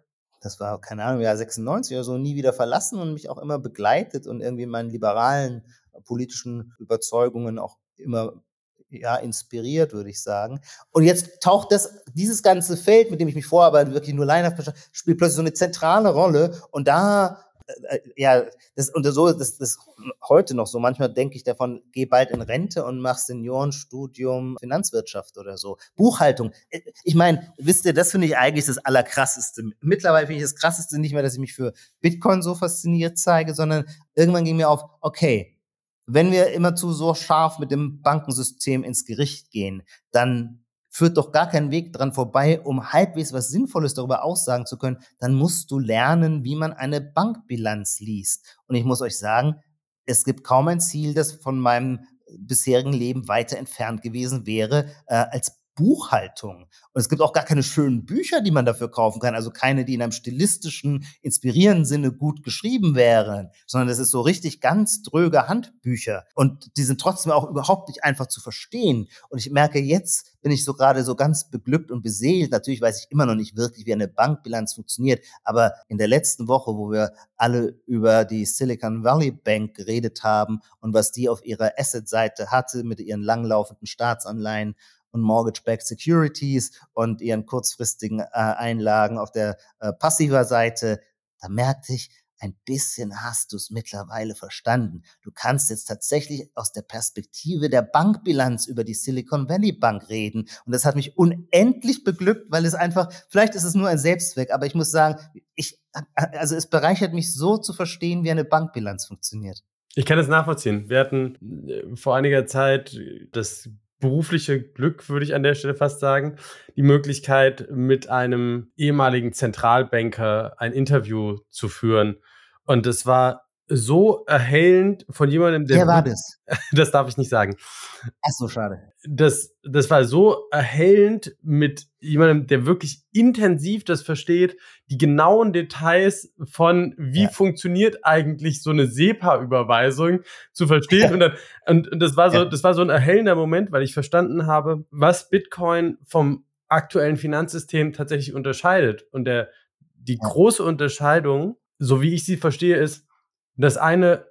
das war, keine Ahnung, Jahr sechsundneunzig oder so, nie wieder verlassen und mich auch immer begleitet und irgendwie meinen liberalen äh, politischen Überzeugungen auch immer ja, inspiriert, würde ich sagen. Und jetzt taucht das, dieses ganze Feld, mit dem ich mich vorher aber wirklich nur laienhaft beschäftige, spielt plötzlich so eine zentrale Rolle. Und da, äh, ja, das, und so, das, das heute noch so. Manchmal denke ich davon, geh bald in Rente und mach Seniorenstudium Finanzwirtschaft oder so. Buchhaltung. Ich meine, wisst ihr, das finde ich eigentlich das Allerkrasseste. Mittlerweile finde ich das Krasseste nicht mehr, dass ich mich für Bitcoin so fasziniert zeige, sondern irgendwann ging mir auf, okay, wenn wir immerzu so scharf mit dem Bankensystem ins Gericht gehen, dann führt doch gar kein Weg dran vorbei, um halbwegs was Sinnvolles darüber aussagen zu können. Dann musst du lernen, wie man eine Bankbilanz liest. Und ich muss euch sagen, es gibt kaum ein Ziel, das von meinem bisherigen Leben weiter entfernt gewesen wäre, äh, als Buchhaltung. Und es gibt auch gar keine schönen Bücher, die man dafür kaufen kann, also keine, die in einem stilistischen, inspirierenden Sinne gut geschrieben wären, sondern das ist so richtig ganz dröge Handbücher. Und die sind trotzdem auch überhaupt nicht einfach zu verstehen. Und ich merke, jetzt bin ich so gerade so ganz beglückt und beseelt. Natürlich weiß ich immer noch nicht wirklich, wie eine Bankbilanz funktioniert, aber in der letzten Woche, wo wir alle über die Silicon Valley Bank geredet haben und was die auf ihrer Asset-Seite hatte mit ihren langlaufenden Staatsanleihen und Mortgage-Backed Securities und ihren kurzfristigen äh, Einlagen auf der äh, passiver Seite, da merkte ich, ein bisschen hast du es mittlerweile verstanden. Du kannst jetzt tatsächlich aus der Perspektive der Bankbilanz über die Silicon Valley Bank reden. Und das hat mich unendlich beglückt, weil es einfach, vielleicht ist es nur ein Selbstzweck, aber ich muss sagen, ich, also es bereichert mich so zu verstehen, wie eine Bankbilanz funktioniert. Ich kann es nachvollziehen. Wir hatten äh, vor einiger Zeit das berufliche Glück, würde ich an der Stelle fast sagen, die Möglichkeit, mit einem ehemaligen Zentralbanker ein Interview zu führen. Und es war so erhellend von jemandem, der... Wer war das? Das darf ich nicht sagen. Ach so, schade. Das, das war so erhellend mit jemandem, der wirklich intensiv das versteht, die genauen Details von, wie ja. funktioniert eigentlich so eine SEPA-Überweisung zu verstehen. und, dann, und, und das war so, ja. das war so ein erhellender Moment, weil ich verstanden habe, was Bitcoin vom aktuellen Finanzsystem tatsächlich unterscheidet. Und der, die ja. große Unterscheidung, so wie ich sie verstehe, ist, das eine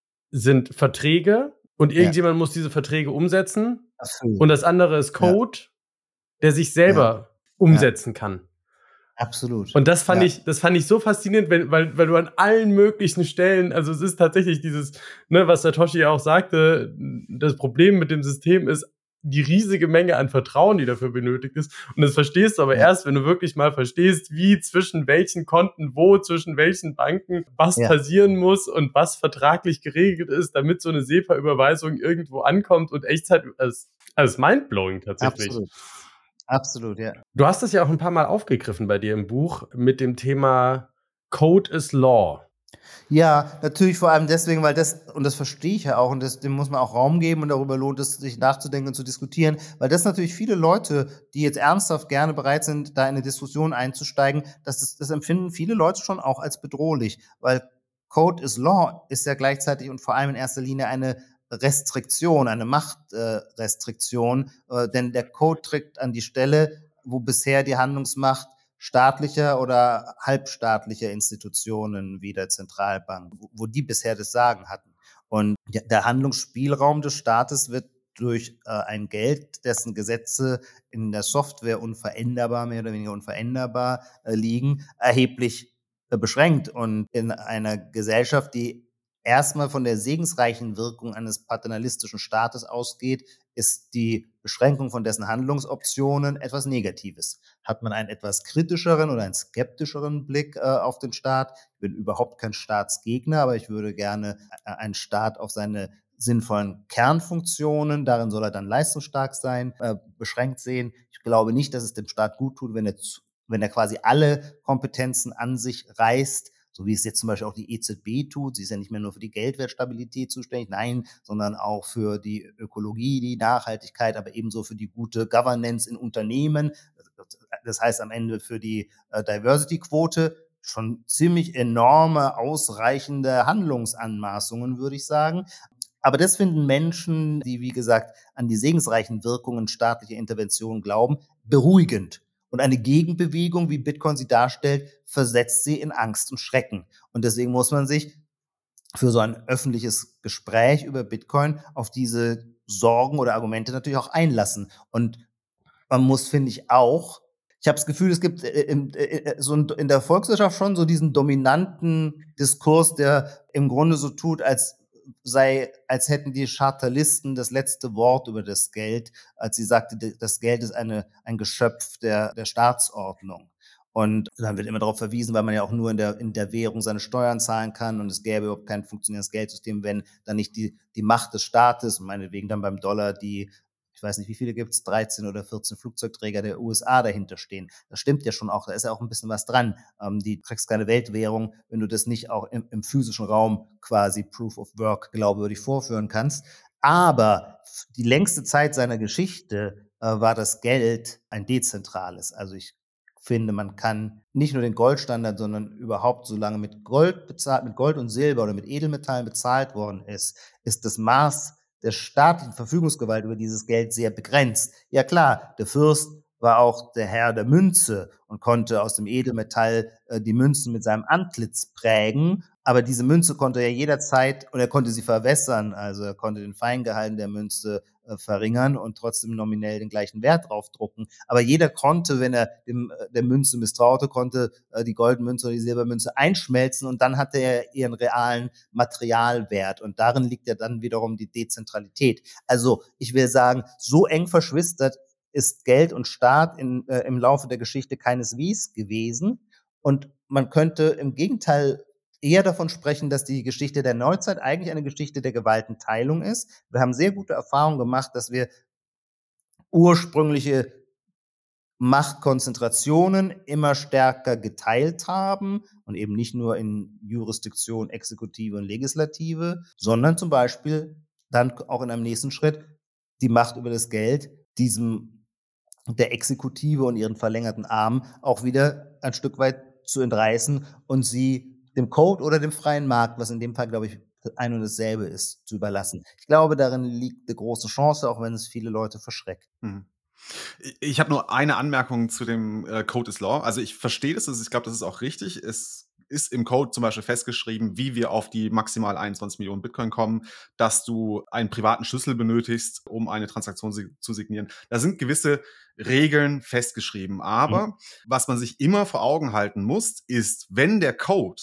sind Verträge und irgendjemand ja. muss diese Verträge umsetzen. Absolut. Und das andere ist Code, ja. der sich selber ja. umsetzen ja. kann. Absolut. Und das fand ja. ich, das fand ich so faszinierend, weil, weil, weil du an allen möglichen Stellen, also es ist tatsächlich dieses, ne, was Satoshi ja auch sagte, das Problem mit dem System ist die riesige Menge an Vertrauen, die dafür benötigt ist. Und das verstehst du aber ja. erst, wenn du wirklich mal verstehst, wie zwischen welchen Konten wo, zwischen welchen Banken was ja. passieren muss und was vertraglich geregelt ist, damit so eine SEPA-Überweisung irgendwo ankommt und Echtzeit, als, als mindblowing tatsächlich. Absolut. Absolut, ja. Du hast das ja auch ein paar Mal aufgegriffen bei dir im Buch mit dem Thema Code is Law. Ja, natürlich vor allem deswegen, weil das, und das verstehe ich ja auch, und das, dem muss man auch Raum geben und darüber lohnt es sich nachzudenken und zu diskutieren, weil das natürlich viele Leute, die jetzt ernsthaft gerne bereit sind, da in eine Diskussion einzusteigen, das, das, das empfinden viele Leute schon auch als bedrohlich, weil Code is Law ist ja gleichzeitig und vor allem in erster Linie eine Restriktion, eine Machtrestriktion, äh, äh, denn der Code tritt an die Stelle, wo bisher die Handlungsmacht staatlicher oder halbstaatlicher Institutionen wie der Zentralbank, wo, wo die bisher das Sagen hatten. Und der Handlungsspielraum des Staates wird durch äh, ein Geld, dessen Gesetze in der Software unveränderbar, mehr oder weniger unveränderbar äh, liegen, erheblich äh, beschränkt. Und in einer Gesellschaft, die erstmal von der segensreichen Wirkung eines paternalistischen Staates ausgeht, ist die Beschränkung von dessen Handlungsoptionen etwas Negatives. Hat man einen etwas kritischeren oder einen skeptischeren Blick äh, auf den Staat? Ich bin überhaupt kein Staatsgegner, aber ich würde gerne einen Staat auf seine sinnvollen Kernfunktionen, darin soll er dann leistungsstark sein, äh, beschränkt sehen. Ich glaube nicht, dass es dem Staat gut tut, wenn er, wenn er quasi alle Kompetenzen an sich reißt, so wie es jetzt zum Beispiel auch die E Z B tut. Sie ist ja nicht mehr nur für die Geldwertstabilität zuständig, nein, sondern auch für die Ökologie, die Nachhaltigkeit, aber ebenso für die gute Governance in Unternehmen. Das heißt am Ende für die äh, Diversity-Quote schon ziemlich enorme, ausreichende Handlungsanmaßungen, würde ich sagen. Aber das finden Menschen, die, wie gesagt, an die segensreichen Wirkungen staatlicher Intervention glauben, beruhigend. Und eine Gegenbewegung, wie Bitcoin sie darstellt, versetzt sie in Angst und Schrecken. Und deswegen muss man sich für so ein öffentliches Gespräch über Bitcoin auf diese Sorgen oder Argumente natürlich auch einlassen. Und man muss, finde ich, auch, ich habe das Gefühl, es gibt in, so in der Volkswirtschaft schon so diesen dominanten Diskurs, der im Grunde so tut, als sei, als hätten die Chartalisten das letzte Wort über das Geld, als sie sagte, das Geld ist eine, ein Geschöpf der, der Staatsordnung. Und dann wird immer darauf verwiesen, weil man ja auch nur in der, in der Währung seine Steuern zahlen kann und es gäbe überhaupt kein funktionierendes Geldsystem, wenn dann nicht die, die Macht des Staates, und meinetwegen dann beim Dollar die, ich weiß nicht, wie viele gibt es, dreizehn oder vierzehn Flugzeugträger der U S A dahinter stehen. Das stimmt ja schon auch, da ist ja auch ein bisschen was dran. Ähm, die kriegst keine Weltwährung, wenn du das nicht auch im, im physischen Raum quasi Proof of Work glaubwürdig vorführen kannst. Aber die längste Zeit seiner Geschichte äh, war das Geld ein dezentrales. Also ich finde, man kann nicht nur den Goldstandard, sondern überhaupt, solange mit Gold bezahlt, mit Gold und Silber oder mit Edelmetallen bezahlt worden ist, ist das Maß der staatlichen Verfügungsgewalt über dieses Geld sehr begrenzt. Ja klar, der Fürst war auch der Herr der Münze und konnte aus dem Edelmetall äh, die Münzen mit seinem Antlitz prägen. Aber diese Münze konnte er jederzeit, und er konnte sie verwässern, also er konnte den Feingehalt der Münze äh, verringern und trotzdem nominell den gleichen Wert draufdrucken. Aber jeder konnte, wenn er dem, äh, der Münze misstraute, konnte äh, die Goldmünze oder die Silbermünze einschmelzen und dann hatte er ihren realen Materialwert. Und darin liegt ja dann wiederum die Dezentralität. Also ich will sagen, so eng verschwistert ist Geld und Staat in, äh, im Laufe der Geschichte keineswegs gewesen. Und man könnte im Gegenteil eher davon sprechen, dass die Geschichte der Neuzeit eigentlich eine Geschichte der Gewaltenteilung ist. Wir haben sehr gute Erfahrungen gemacht, dass wir ursprüngliche Machtkonzentrationen immer stärker geteilt haben und eben nicht nur in Jurisdiktion, Exekutive und Legislative, sondern zum Beispiel dann auch in einem nächsten Schritt die Macht über das Geld diesem der Exekutive und ihren verlängerten Armen auch wieder ein Stück weit zu entreißen und sie dem Code oder dem freien Markt, was in dem Fall, glaube ich, ein und dasselbe ist, zu überlassen. Ich glaube, darin liegt eine große Chance, auch wenn es viele Leute verschreckt. Mhm. Ich habe nur eine Anmerkung zu dem äh, Code is Law. Also ich verstehe das, ich glaube, das ist auch richtig. Es ist im Code zum Beispiel festgeschrieben, wie wir auf die maximal einundzwanzig Millionen Bitcoin kommen, dass du einen privaten Schlüssel benötigst, um eine Transaktion si- zu signieren. Da sind gewisse Regeln festgeschrieben. Aber mhm. was man sich immer vor Augen halten muss, ist, wenn der Code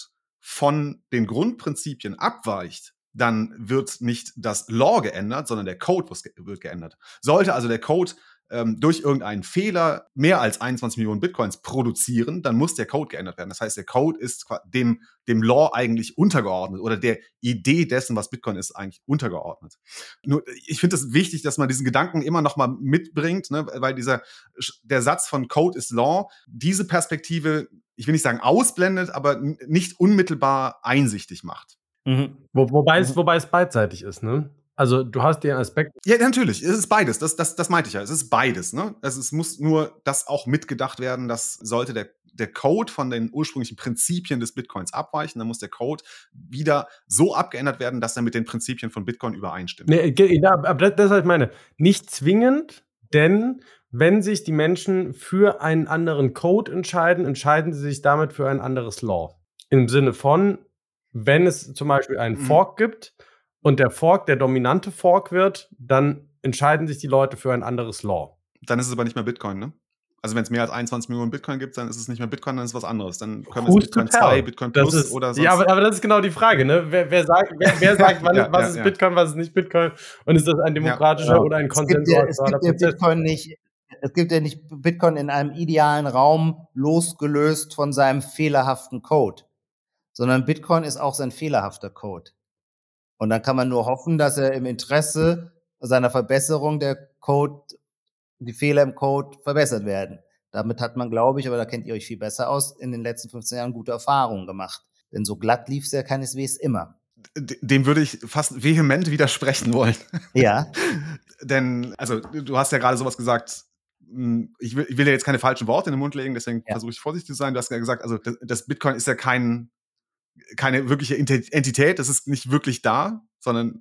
von den Grundprinzipien abweicht, dann wird nicht das Law geändert, sondern der Code wird geändert. Sollte also der Code durch irgendeinen Fehler mehr als einundzwanzig Millionen Bitcoins produzieren, dann muss der Code geändert werden. Das heißt, der Code ist dem, dem Law eigentlich untergeordnet oder der Idee dessen, was Bitcoin ist, eigentlich untergeordnet. Nur, ich finde es wichtig, dass man diesen Gedanken immer noch mal mitbringt, ne, weil dieser, der Satz von Code is Law, diese Perspektive, ich will nicht sagen ausblendet, aber nicht unmittelbar einsichtig macht. Mhm. Wo, wobei, mhm. es, wobei es beidseitig ist, ne? Also du hast den Aspekt. Ja, natürlich. Es ist beides. Das, das, das meinte ich ja. Es ist beides. Ne? Also es muss nur das auch mitgedacht werden, dass sollte der, der Code von den ursprünglichen Prinzipien des Bitcoins abweichen, dann muss der Code wieder so abgeändert werden, dass er mit den Prinzipien von Bitcoin übereinstimmt. Nee, aber das ist halt meine. Nicht zwingend, denn wenn sich die Menschen für einen anderen Code entscheiden, entscheiden sie sich damit für ein anderes Law. Im Sinne von, wenn es zum Beispiel einen mhm. Fork gibt, und der Fork der dominante Fork wird, dann entscheiden sich die Leute für ein anderes Law. Dann ist es aber nicht mehr Bitcoin, ne? Also wenn es mehr als einundzwanzig Millionen Bitcoin gibt, dann ist es nicht mehr Bitcoin, dann ist es was anderes. Dann können wir es Bitcoin zwei, Bitcoin Plus ist, oder sonst. Ja, aber, aber das ist genau die Frage, ne? Wer, wer sagt, wer, wer sagt wann, ja, was ja, ist ja. Bitcoin, was ist nicht Bitcoin? Und ist das ein demokratischer ja. oder ein konsensualer Prozess? Es gibt ja Bitcoin nicht, es gibt ja nicht Bitcoin in einem idealen Raum losgelöst von seinem fehlerhaften Code, sondern Bitcoin ist auch sein fehlerhafter Code. Und dann kann man nur hoffen, dass er im Interesse seiner Verbesserung der Code, die Fehler im Code verbessert werden. Damit hat man, glaube ich, aber da kennt ihr euch viel besser aus, in den letzten fünfzehn Jahren gute Erfahrungen gemacht. Denn so glatt lief es ja keineswegs immer. Dem würde ich fast vehement widersprechen wollen. Ja. Denn, also, du hast ja gerade sowas gesagt, ich will, ich will ja jetzt keine falschen Worte in den Mund legen, deswegen ja. versuche ich vorsichtig zu sein. Du hast ja gesagt, also das Bitcoin ist ja kein keine wirkliche Entität, das ist nicht wirklich da, sondern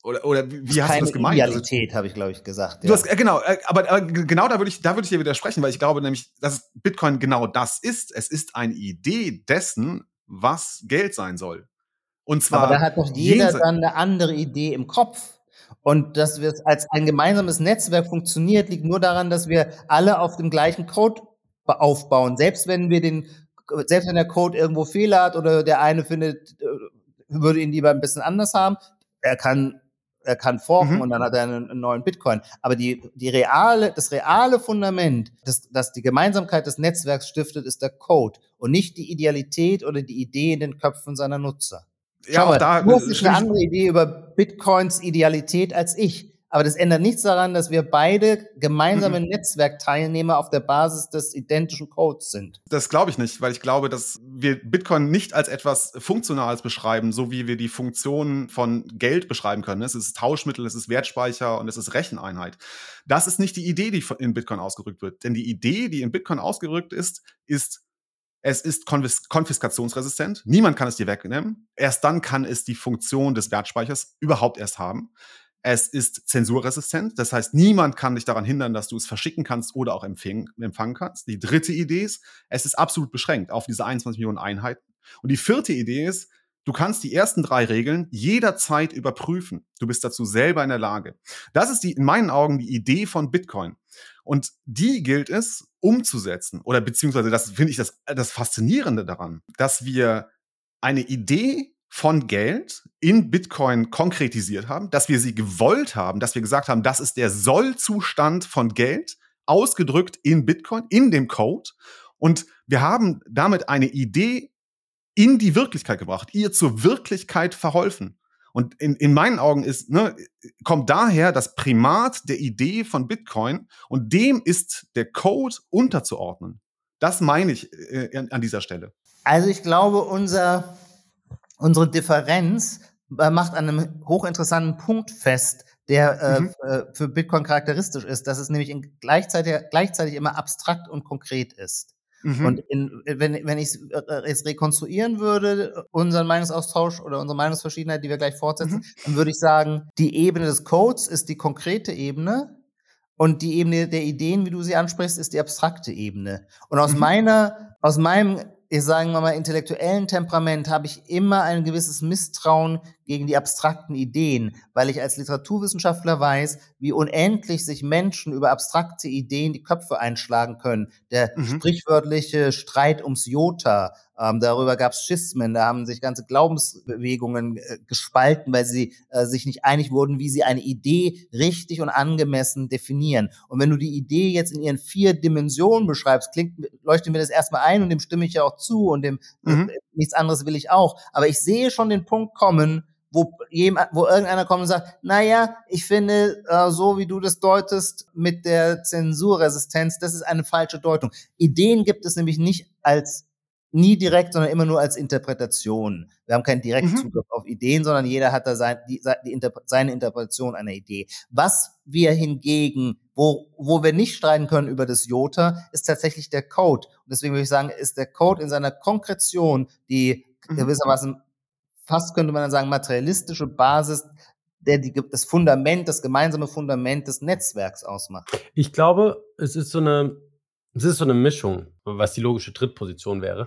Oder, oder wie, wie hast keine du das gemeint? Idealität, also, habe ich, glaube ich, gesagt. Du Ja. hast, äh, genau, äh, aber, aber genau da würde ich, da würde ich dir widersprechen, weil ich glaube nämlich, dass Bitcoin genau das ist. Es ist eine Idee dessen, was Geld sein soll. Und zwar aber da hat doch jeder dann eine andere Idee im Kopf. Und dass wir es als ein gemeinsames Netzwerk funktioniert, liegt nur daran, dass wir alle auf dem gleichen Code aufbauen. Selbst wenn wir den, selbst wenn der Code irgendwo Fehler hat oder der eine findet, würde ihn lieber ein bisschen anders haben, er kann, er kann forken mhm. und dann hat er einen, einen neuen Bitcoin. Aber die, die reale, das reale Fundament, das, das die Gemeinsamkeit des Netzwerks stiftet, ist der Code und nicht die Idealität oder die Idee in den Köpfen seiner Nutzer. Ja, Schau mal, da, du hast eine andere Idee über Bitcoins Idealität als ich. Aber das ändert nichts daran, dass wir beide gemeinsame mhm. Netzwerkteilnehmer auf der Basis des identischen Codes sind. Das glaube ich nicht, weil ich glaube, dass wir Bitcoin nicht als etwas Funktionales beschreiben, so wie wir die Funktionen von Geld beschreiben können. Es ist Tauschmittel, es ist Wertspeicher und es ist Recheneinheit. Das ist nicht die Idee, die in Bitcoin ausgerückt wird. Denn die Idee, die in Bitcoin ausgerückt ist, ist es ist konfis- konfiskationsresistent. Niemand kann es dir wegnehmen. Erst dann kann es die Funktion des Wertspeichers überhaupt erst haben. Es ist zensurresistent. Das heißt, niemand kann dich daran hindern, dass du es verschicken kannst oder auch empfing- empfangen kannst. Die dritte Idee ist, es ist absolut beschränkt auf diese einundzwanzig Millionen Einheiten. Und die vierte Idee ist, du kannst die ersten drei Regeln jederzeit überprüfen. Du bist dazu selber in der Lage. Das ist die, in meinen Augen die Idee von Bitcoin. Und die gilt es umzusetzen. Oder beziehungsweise, das finde ich das, das Faszinierende daran, dass wir eine Idee von Geld in Bitcoin konkretisiert haben, dass wir sie gewollt haben, dass wir gesagt haben, das ist der Sollzustand von Geld, ausgedrückt in Bitcoin, in dem Code. Und wir haben damit eine Idee in die Wirklichkeit gebracht, ihr zur Wirklichkeit verholfen. Und in, in meinen Augen ist, ne, kommt daher das Primat der Idee von Bitcoin und dem ist der Code unterzuordnen. Das meine ich äh, an dieser Stelle. Also ich glaube, unser, unsere Differenz äh, macht an einem hochinteressanten Punkt fest, der äh, mhm. f- für Bitcoin charakteristisch ist, dass es nämlich in gleichzeitig, gleichzeitig immer abstrakt und konkret ist. Mhm. Und in, wenn, wenn ich es jetzt rekonstruieren würde, unseren Meinungsaustausch oder unsere Meinungsverschiedenheit, die wir gleich fortsetzen, mhm. dann würde ich sagen, die Ebene des Codes ist die konkrete Ebene und die Ebene der Ideen, wie du sie ansprichst, ist die abstrakte Ebene. Und aus mhm. meiner, aus meinem, ich sagen wir mal, intellektuellen Temperament habe ich immer ein gewisses Misstrauen gegen die abstrakten Ideen, weil ich als Literaturwissenschaftler weiß, wie unendlich sich Menschen über abstrakte Ideen die Köpfe einschlagen können. Der mhm. sprichwörtliche Streit ums Jota, ähm, darüber gab es Schismen, da haben sich ganze Glaubensbewegungen äh, gespalten, weil sie äh, sich nicht einig wurden, wie sie eine Idee richtig und angemessen definieren. Und wenn du die Idee jetzt in ihren vier Dimensionen beschreibst, klingt, leuchtet mir das erstmal ein und dem stimme ich ja auch zu und dem mhm. äh, nichts anderes will ich auch. Aber ich sehe schon den Punkt kommen, wo jemand, wo irgendeiner kommt und sagt, naja, ich finde, äh, so wie du das deutest mit der Zensurresistenz, das ist eine falsche Deutung. Ideen gibt es nämlich nicht als, nie direkt, sondern immer nur als Interpretation. Wir haben keinen direkten Zugriff mhm. auf Ideen, sondern jeder hat da sein, die, die Interpre- seine Interpretation einer Idee. Was wir hingegen, wo, wo wir nicht streiten können über das Jota, ist tatsächlich der Code. Und deswegen würde ich sagen, ist der Code in seiner Konkretion, die mhm. gewissermaßen fast könnte man dann sagen, materialistische Basis, der die, das Fundament, das gemeinsame Fundament des Netzwerks ausmacht. Ich glaube, es ist so eine, es ist so eine Mischung, was die logische Drittposition wäre.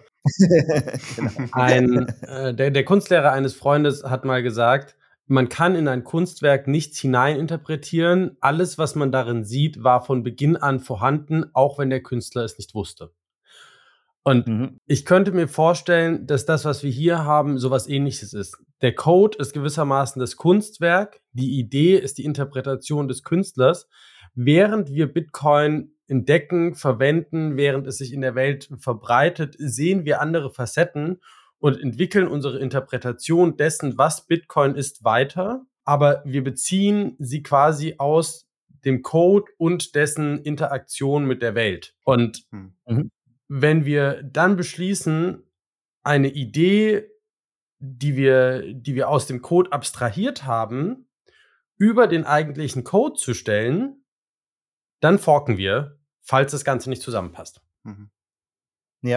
genau. Ein, äh, der, der Kunstlehrer eines Freundes hat mal gesagt, man kann in ein Kunstwerk nichts hineininterpretieren. Alles, was man darin sieht, war von Beginn an vorhanden, auch wenn der Künstler es nicht wusste. Und mhm. ich könnte mir vorstellen, dass das, was wir hier haben, sowas Ähnliches ist. Der Code ist gewissermaßen das Kunstwerk, die Idee ist die Interpretation des Künstlers, während wir Bitcoin entdecken, verwenden, während es sich in der Welt verbreitet, sehen wir andere Facetten und entwickeln unsere Interpretation dessen, was Bitcoin ist, weiter, aber wir beziehen sie quasi aus dem Code und dessen Interaktion mit der Welt. Und mhm. wenn wir dann beschließen, eine Idee, die wir, die wir aus dem Code abstrahiert haben, über den eigentlichen Code zu stellen, dann forken wir, falls das Ganze nicht zusammenpasst. Ja.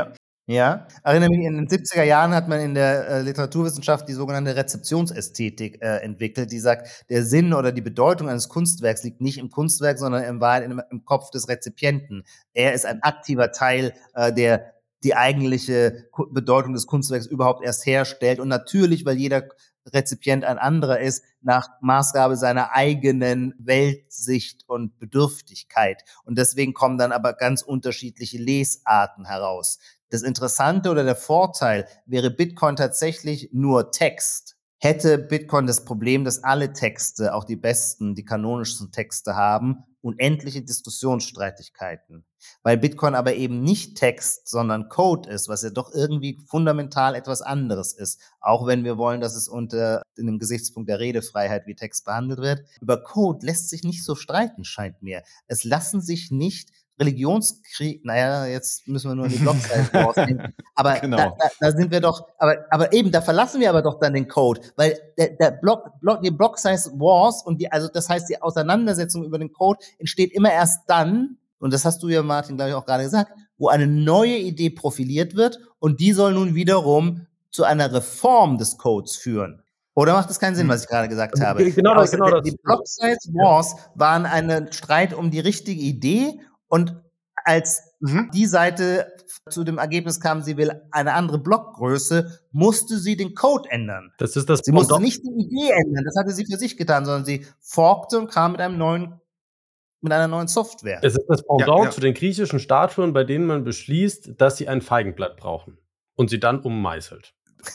Ja, erinnere mich, in den siebziger Jahren hat man in der äh, Literaturwissenschaft die sogenannte Rezeptionsästhetik äh, entwickelt, die sagt, der Sinn oder die Bedeutung eines Kunstwerks liegt nicht im Kunstwerk, sondern in Wahrheit im, im Kopf des Rezipienten. Er ist ein aktiver Teil, äh, der die eigentliche Ku- Bedeutung des Kunstwerks überhaupt erst herstellt. Und natürlich, weil jeder Rezipient ein anderer ist, nach Maßgabe seiner eigenen Weltsicht und Bedürftigkeit. Und deswegen kommen dann aber ganz unterschiedliche Lesarten heraus. Das Interessante oder der Vorteil wäre Bitcoin tatsächlich nur Text. Hätte Bitcoin das Problem, dass alle Texte, auch die besten, die kanonischsten Texte haben, unendliche Diskussionsstreitigkeiten. Weil Bitcoin aber eben nicht Text, sondern Code ist, was ja doch irgendwie fundamental etwas anderes ist. Auch wenn wir wollen, dass es unter in dem Gesichtspunkt der Redefreiheit wie Text behandelt wird. Über Code lässt sich nicht so streiten, scheint mir. Es lassen sich nicht Religionskrieg, naja, jetzt müssen wir nur in die Block-Size Wars denken. Aber Genau. da, da, da sind wir doch, aber, aber eben, da verlassen wir aber doch dann den Code, weil der, der Block, Block, die Block-Size Wars und die, also das heißt, die Auseinandersetzung über den Code entsteht immer erst dann, und das hast du ja, Martin, glaube ich, auch gerade gesagt, wo eine neue Idee profiliert wird und die soll nun wiederum zu einer Reform des Codes führen. Oder macht das keinen Sinn, was ich gerade gesagt habe? Genau das, genau das. Die Block-Size Wars waren ein Streit um die richtige Idee. Und als mhm. die Seite zu dem Ergebnis kam, sie will eine andere Blockgröße, musste sie den Code ändern. Das ist das sie musste doch nicht die Idee ändern, das hatte sie für sich getan, sondern sie forkte und kam mit einem neuen, mit einer neuen Software. Es ist das Pendant ja, ja. zu den griechischen Statuen, bei denen man beschließt, dass sie ein Feigenblatt brauchen und sie dann ummeißelt.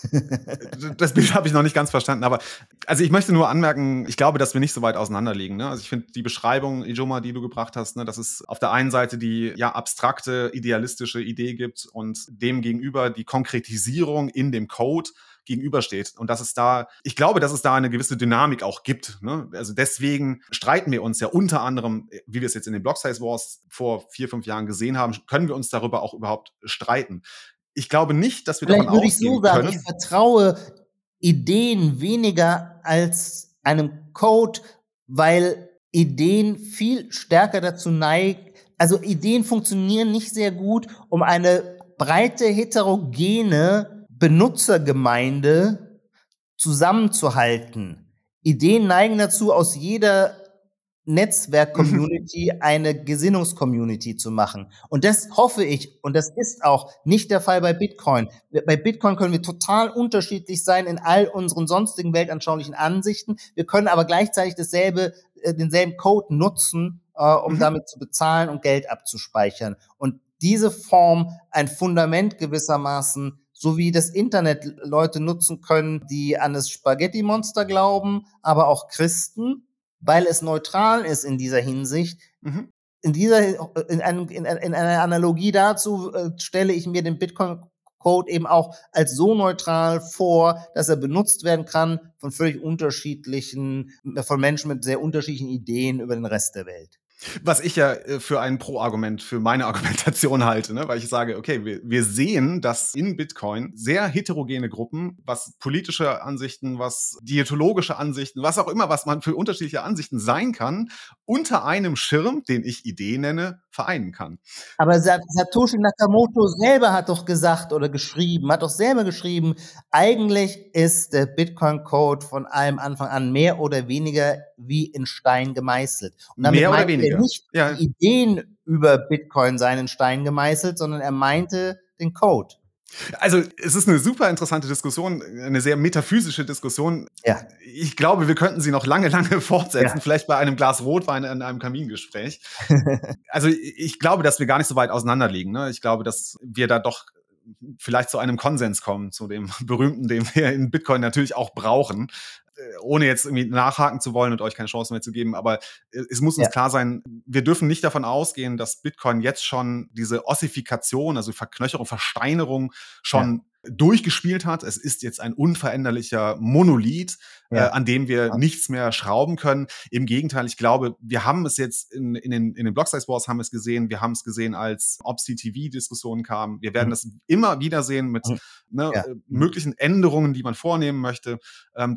Das Bild habe ich noch nicht ganz verstanden, aber also ich möchte nur anmerken, ich glaube, dass wir nicht so weit auseinander liegen. Ne? Also ich finde die Beschreibung, Ijoma, die du gebracht hast, ne, dass es auf der einen Seite die ja abstrakte, idealistische Idee gibt und dem gegenüber die Konkretisierung in dem Code gegenübersteht. Und dass es da, ich glaube, dass es da eine gewisse Dynamik auch gibt. Ne? Also deswegen streiten wir uns ja unter anderem, wie wir es jetzt in den Block-Size Wars vor vier, fünf Jahren gesehen haben, können wir uns darüber auch überhaupt streiten. Ich glaube nicht, dass wir Vielleicht davon würde ich ausgehen so sagen, können. Ich vertraue Ideen weniger als einem Code, weil Ideen viel stärker dazu neigen, also Ideen funktionieren nicht sehr gut, um eine breite, heterogene Benutzergemeinde zusammenzuhalten. Ideen neigen dazu, aus jeder Netzwerk-Community eine Gesinnungs-Community zu machen. Und das hoffe ich, und das ist auch nicht der Fall bei Bitcoin. Bei Bitcoin können wir total unterschiedlich sein in all unseren sonstigen weltanschaulichen Ansichten. Wir können aber gleichzeitig dasselbe, äh, denselben Code nutzen, äh, um mhm. damit zu bezahlen und Geld abzuspeichern. Und diese Form, ein Fundament gewissermaßen, so wie das Internet Leute nutzen können, die an das Spaghetti-Monster glauben, aber auch Christen, weil es neutral ist in dieser Hinsicht. Mhm. In dieser, in, einem, in, in einer Analogie dazu äh, stelle ich mir den Bitcoin-Code eben auch als so neutral vor, dass er benutzt werden kann von völlig unterschiedlichen, von Menschen mit sehr unterschiedlichen Ideen über den Rest der Welt. Was ich ja für ein Pro-Argument für meine Argumentation halte, ne? Weil ich sage, okay, wir, wir sehen, dass in Bitcoin sehr heterogene Gruppen, was politische Ansichten, was diätologische Ansichten, was auch immer, was man für unterschiedliche Ansichten sein kann, unter einem Schirm, den ich Idee nenne, vereinen kann. Aber Satoshi Nakamoto selber hat doch gesagt oder geschrieben, hat doch selber geschrieben, eigentlich ist der Bitcoin-Code von allem Anfang an mehr oder weniger wie in Stein gemeißelt. Und damit mehr oder weniger. Er nicht ja. die Ideen über Bitcoin seinen Stein gemeißelt, sondern er meinte den Code. Also es ist eine super interessante Diskussion, eine sehr metaphysische Diskussion. Ja. Ich glaube, wir könnten sie noch lange, lange fortsetzen, ja. Vielleicht bei einem Glas Rotwein in einem Kamingespräch. Also ich glaube, dass wir gar nicht so weit auseinander liegen. Ne? Ich glaube, dass wir da doch vielleicht zu einem Konsens kommen, zu dem berühmten, den wir in Bitcoin natürlich auch brauchen, ohne jetzt irgendwie nachhaken zu wollen und euch keine Chance mehr zu geben. Aber es muss uns ja. klar sein, wir dürfen nicht davon ausgehen, dass Bitcoin jetzt schon diese Ossifikation, also Verknöcherung, Versteinerung schon ja. durchgespielt hat. Es ist jetzt ein unveränderlicher Monolith, ja. äh, an dem wir ja. nichts mehr schrauben können. Im Gegenteil, ich glaube, wir haben es jetzt in, in den, in den Block-Size Wars haben wir es gesehen. Wir haben es gesehen, als O P C T V-Diskussionen kamen. Wir werden mhm. das immer wieder sehen mit mhm. ne, ja. möglichen Änderungen, die man vornehmen möchte, ähm, dass darüber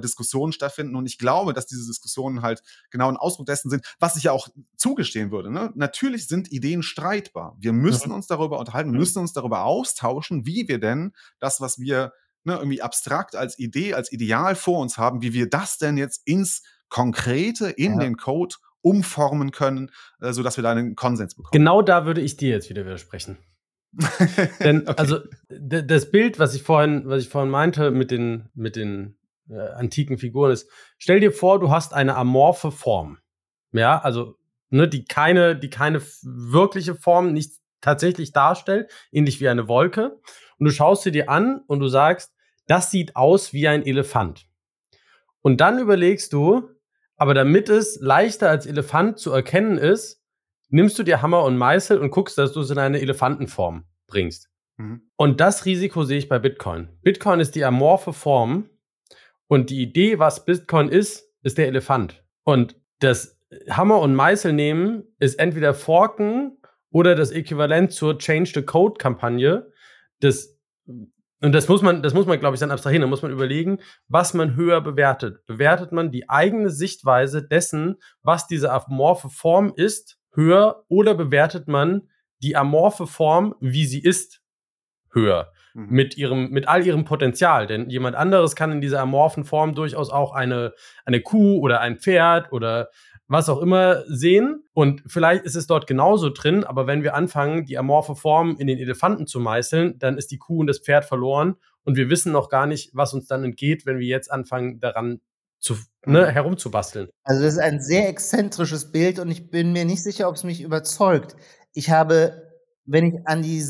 Diskussionen stattfinden. Und ich glaube, dass diese Diskussionen halt genau ein Ausdruck dessen sind, was ich ja auch zugestehen würde. Ne? Natürlich sind Ideen streitbar. Wir müssen Mhm. uns darüber unterhalten, wir müssen uns darüber austauschen, wie wir denn das, was wir ne, irgendwie abstrakt als Idee, als Ideal vor uns haben, wie wir das denn jetzt ins Konkrete, in Ja. den Code umformen können, äh, sodass wir da einen Konsens bekommen. Genau da würde ich dir jetzt wieder widersprechen. Denn, Okay. also, d- das Bild, was ich vorhin, was ich vorhin meinte mit den, mit den äh, antiken Figuren ist, stell dir vor, du hast eine amorphe Form. Ja, also, ne, die keine, die keine f- wirkliche Form nicht tatsächlich darstellt, ähnlich wie eine Wolke. Und du schaust sie dir an und du sagst, das sieht aus wie ein Elefant. Und dann überlegst du, aber damit es leichter als Elefant zu erkennen ist, nimmst du dir Hammer und Meißel und guckst, dass du es in eine Elefantenform bringst. Mhm. Und das Risiko sehe ich bei Bitcoin. Bitcoin ist die amorphe Form und die Idee, was Bitcoin ist, ist der Elefant. Und das Hammer und Meißel nehmen ist entweder Forken oder das Äquivalent zur Change the Code-Kampagne. Das, und das muss man, das muss man, glaube ich, dann abstrahieren. Da muss man überlegen, was man höher bewertet. Bewertet man die eigene Sichtweise dessen, was diese amorphe Form ist, höher, oder bewertet man die amorphe Form, wie sie ist, höher? Mhm. Mit ihrem, mit all ihrem Potenzial. Denn jemand anderes kann in dieser amorphen Form durchaus auch eine, eine Kuh oder ein Pferd oder was auch immer sehen. Und vielleicht ist es dort genauso drin, aber wenn wir anfangen, die amorphe Form in den Elefanten zu meißeln, dann ist die Kuh und das Pferd verloren und wir wissen noch gar nicht, was uns dann entgeht, wenn wir jetzt anfangen, daran zu, ne, Mhm. herumzubasteln. Also das ist ein sehr exzentrisches Bild und ich bin mir nicht sicher, ob es mich überzeugt. Ich habe, wenn ich an die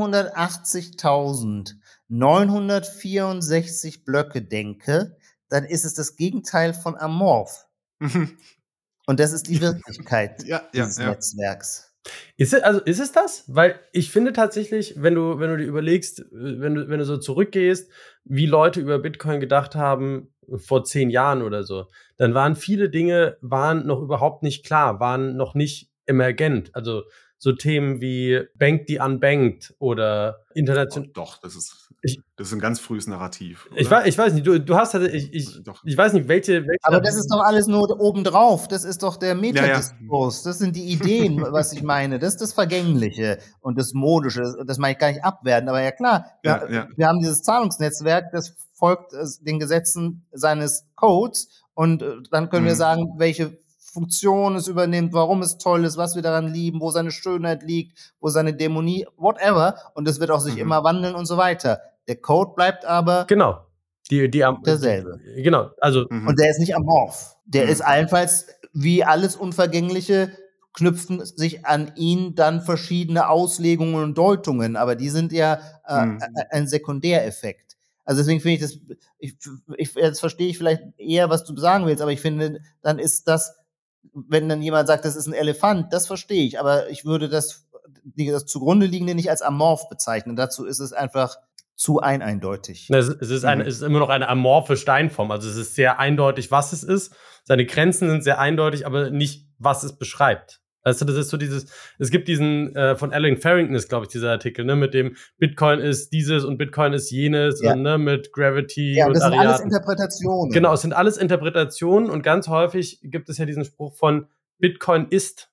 siebenhundertachtzigtausendneunhundertvierundsechzig Blöcke denke, dann ist es das Gegenteil von amorph. Mhm. Und das ist die Wirklichkeit Ja, ja, dieses ja. Netzwerks. Ist es, also ist es das? Weil ich finde tatsächlich, wenn du, wenn du dir überlegst, äh, wenn du, wenn du so zurückgehst, wie Leute über Bitcoin gedacht haben vor zehn Jahren oder so, dann waren viele Dinge, waren noch überhaupt nicht klar, waren noch nicht emergent. Also so Themen wie Bank the Unbanked oder Oh, international. doch, das ist, Ich, das ist ein ganz frühes Narrativ, ich, oder? weiß, ich weiß nicht, du, du hast halt, ich, ich, Doch. ich weiß nicht, welche, welche. Aber das ist doch alles nur obendrauf. Das ist doch der Ja, ja. Metadiskurs. Das sind die Ideen, was ich meine. Das ist das Vergängliche und das Modische. Das meine ich gar nicht abwerten. Aber ja klar, wir, Ja, ja. wir haben dieses Zahlungsnetzwerk, das folgt äh, den Gesetzen seines Codes. Und äh, dann können wir Mhm. sagen, welche Funktion es übernimmt, warum es toll ist, was wir daran lieben, wo seine Schönheit liegt, wo seine Dämonie, whatever. Und das wird auch sich Mhm. immer wandeln und so weiter. Der Code bleibt aber Genau. Die, die, am- derselbe. die, genau. Also, Mhm. Und der ist nicht amorph. Der Mhm. ist allenfalls, wie alles Unvergängliche, knüpfen sich an ihn dann verschiedene Auslegungen und Deutungen, aber die sind ja äh, Mhm. ein Sekundäreffekt. Also deswegen finde ich das, ich, ich, jetzt verstehe ich vielleicht eher, was du sagen willst, aber ich finde, dann ist das, wenn dann jemand sagt, das ist ein Elefant, das verstehe ich, aber ich würde das, das zugrunde liegende nicht als amorph bezeichnen. Dazu ist es einfach zu eineindeutig. es, es, ist eine, Mhm. es ist immer noch eine amorphe Steinform. Also es ist sehr eindeutig, was es ist. Seine Grenzen sind sehr eindeutig, aber nicht, was es beschreibt. Weißt du, das ist so dieses, es gibt diesen, äh, von Alan Farrington ist, glaube ich, dieser Artikel, ne, mit dem Bitcoin ist dieses und Bitcoin ist jenes Ja. und ne, mit Gravity Ja, und das sind alles Ariadne. Interpretationen. Genau, es sind alles Interpretationen und ganz häufig gibt es ja diesen Spruch von Bitcoin ist.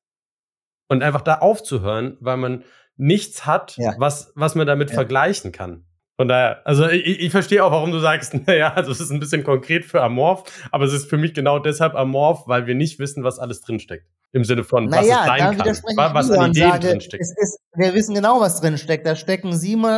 Und einfach da aufzuhören, weil man nichts hat, Ja. was, was man damit Ja. vergleichen kann. Von daher, also ich, ich verstehe auch, warum du sagst, naja, also es ist ein bisschen konkret für amorph, aber es ist für mich genau deshalb amorph, weil wir nicht wissen, was alles drinsteckt. Im Sinne von, was Naja, es sein da kann, widerspreche wa- ich was wieder an und Ideen sage, drinsteckt. es ist, wir wissen genau, was drinsteckt. Da stecken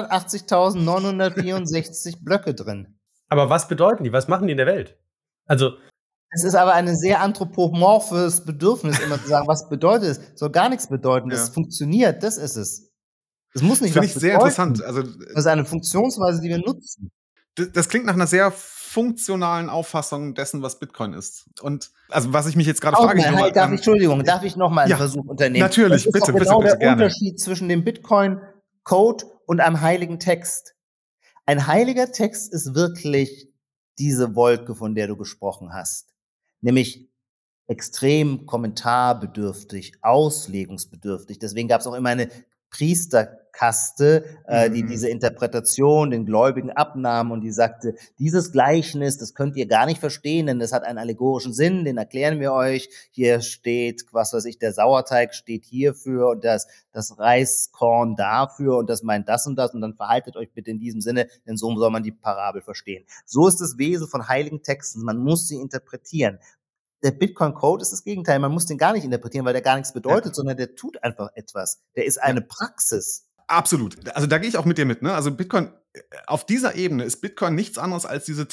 siebenhundertachtzigtausendneunhundertvierundsechzig Blöcke drin. Aber was bedeuten die? Was machen die in der Welt? Also, Es ist aber ein sehr anthropomorphes Bedürfnis, immer zu sagen, was bedeutet es? Soll gar nichts bedeuten. Das Ja. funktioniert, das ist es. Es muss nicht Finde was ich sehr bedeuten. interessant. Also, Das ist eine Funktionsweise, die wir nutzen. d- das klingt nach einer sehr funktionalen Auffassung dessen, was Bitcoin ist. Und also, was ich mich jetzt gerade Auch frage, mal, Joma, halt, darf ähm, ich, Entschuldigung, darf ich noch mal einen ja, Versuch unternehmen? natürlich, das ist bitte, doch bitte, genau bitte, der gerne. Unterschied zwischen dem Bitcoin-Code und einem heiligen Text. Ein heiliger Text ist wirklich diese Wolke, von der du gesprochen hast. Nämlich extrem kommentarbedürftig, auslegungsbedürftig. Deswegen gab es auch immer eine Priesterkaste, äh, die Mhm. diese Interpretation den Gläubigen abnahm und die sagte, dieses Gleichnis, das könnt ihr gar nicht verstehen, denn das hat einen allegorischen Sinn, den erklären wir euch. Hier steht, was weiß ich, der Sauerteig steht hierfür und das, das Reiskorn dafür und das meint das und das und dann verhaltet euch bitte in diesem Sinne, denn so soll man die Parabel verstehen. So ist das Wesen von heiligen Texten, man muss sie interpretieren. Der Bitcoin-Code ist das Gegenteil. Man muss den gar nicht interpretieren, weil der gar nichts bedeutet, Ja. sondern der tut einfach etwas. Der ist eine Ja. Praxis. Absolut. Also da gehe ich auch mit dir mit. Ne? Also Bitcoin, auf dieser Ebene ist Bitcoin nichts anderes als diese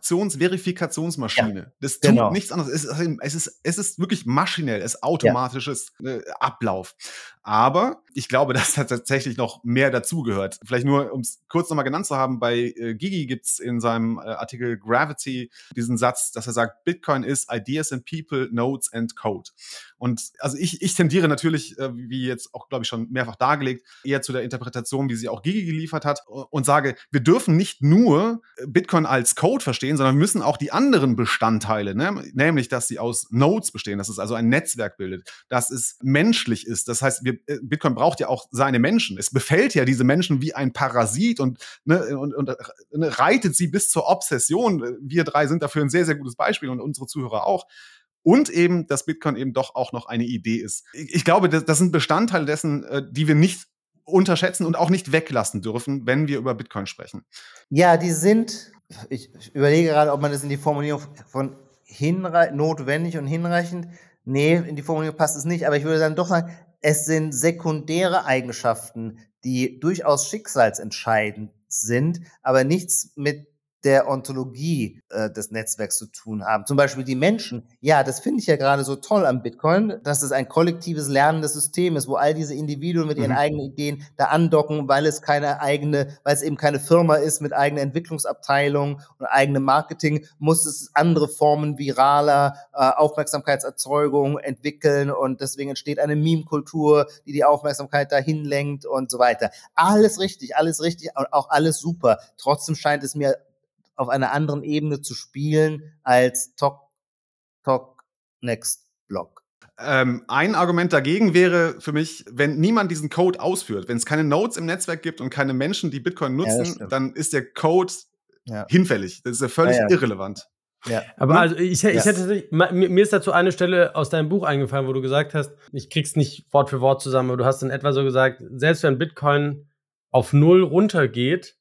Transaktionsverifikationsmaschine. Ja, Das tut genau. nichts anderes. Es ist, es ist, es ist wirklich maschinell, es ist automatisches äh, Ablauf. Aber ich glaube, dass da tatsächlich noch mehr dazugehört. Vielleicht nur, um es kurz nochmal genannt zu haben, bei äh, Gigi gibt es in seinem äh, Artikel Gravity diesen Satz, dass er sagt, Bitcoin ist Ideas and People, Nodes and Code. Und also ich, ich tendiere natürlich, äh, wie jetzt auch, glaube ich, schon mehrfach dargelegt, eher zu der Interpretation, wie sie auch Gigi geliefert hat und sage, wir dürfen nicht nur Bitcoin als Code verstehen, sondern wir müssen auch die anderen Bestandteile, ne? Nämlich, dass sie aus Nodes bestehen, dass es also ein Netzwerk bildet, dass es menschlich ist. Das heißt, wir, Bitcoin braucht ja auch seine Menschen. Es befällt ja diese Menschen wie ein Parasit und, ne, und, und, und reitet sie bis zur Obsession. Wir drei sind dafür ein sehr, sehr gutes Beispiel und unsere Zuhörer auch. Und eben, dass Bitcoin eben doch auch noch eine Idee ist. Ich, ich glaube, das, das sind Bestandteile dessen, die wir nicht unterschätzen und auch nicht weglassen dürfen, wenn wir über Bitcoin sprechen. Ja, die sind, ich, ich überlege gerade, ob man das in die Formulierung von hinre- notwendig und hinreichend, nee, in die Formulierung passt es nicht, aber ich würde dann doch sagen, es sind sekundäre Eigenschaften, die durchaus schicksalsentscheidend sind, aber nichts mit der Ontologie äh, des Netzwerks zu tun haben. Zum Beispiel die Menschen. Ja, das finde ich ja gerade so toll am Bitcoin, dass es ein kollektives lernendes System ist, wo all diese Individuen mit ihren Mhm. eigenen Ideen da andocken, weil es keine eigene, weil es eben keine Firma ist mit eigener Entwicklungsabteilung und eigenem Marketing, muss es andere Formen viraler äh, Aufmerksamkeitserzeugung entwickeln und deswegen entsteht eine Meme-Kultur, die die Aufmerksamkeit dahin lenkt und so weiter. Alles richtig, alles richtig und auch alles super. Trotzdem scheint es mir auf einer anderen Ebene zu spielen als Tok, Tok, Next Block. Ähm, ein Argument dagegen wäre für mich, wenn niemand diesen Code ausführt, wenn es keine Nodes im Netzwerk gibt und keine Menschen, die Bitcoin nutzen, Ja, dann ist der Code ja. hinfällig. Das ist ja völlig ja, ja. irrelevant. Ja. Aber Ne? also ich, ich Ja. hätte, mir, mir ist dazu eine Stelle aus deinem Buch eingefallen, wo du gesagt hast, ich krieg's nicht Wort für Wort zusammen, aber du hast in etwa so gesagt, selbst wenn Bitcoin auf Null runtergeht,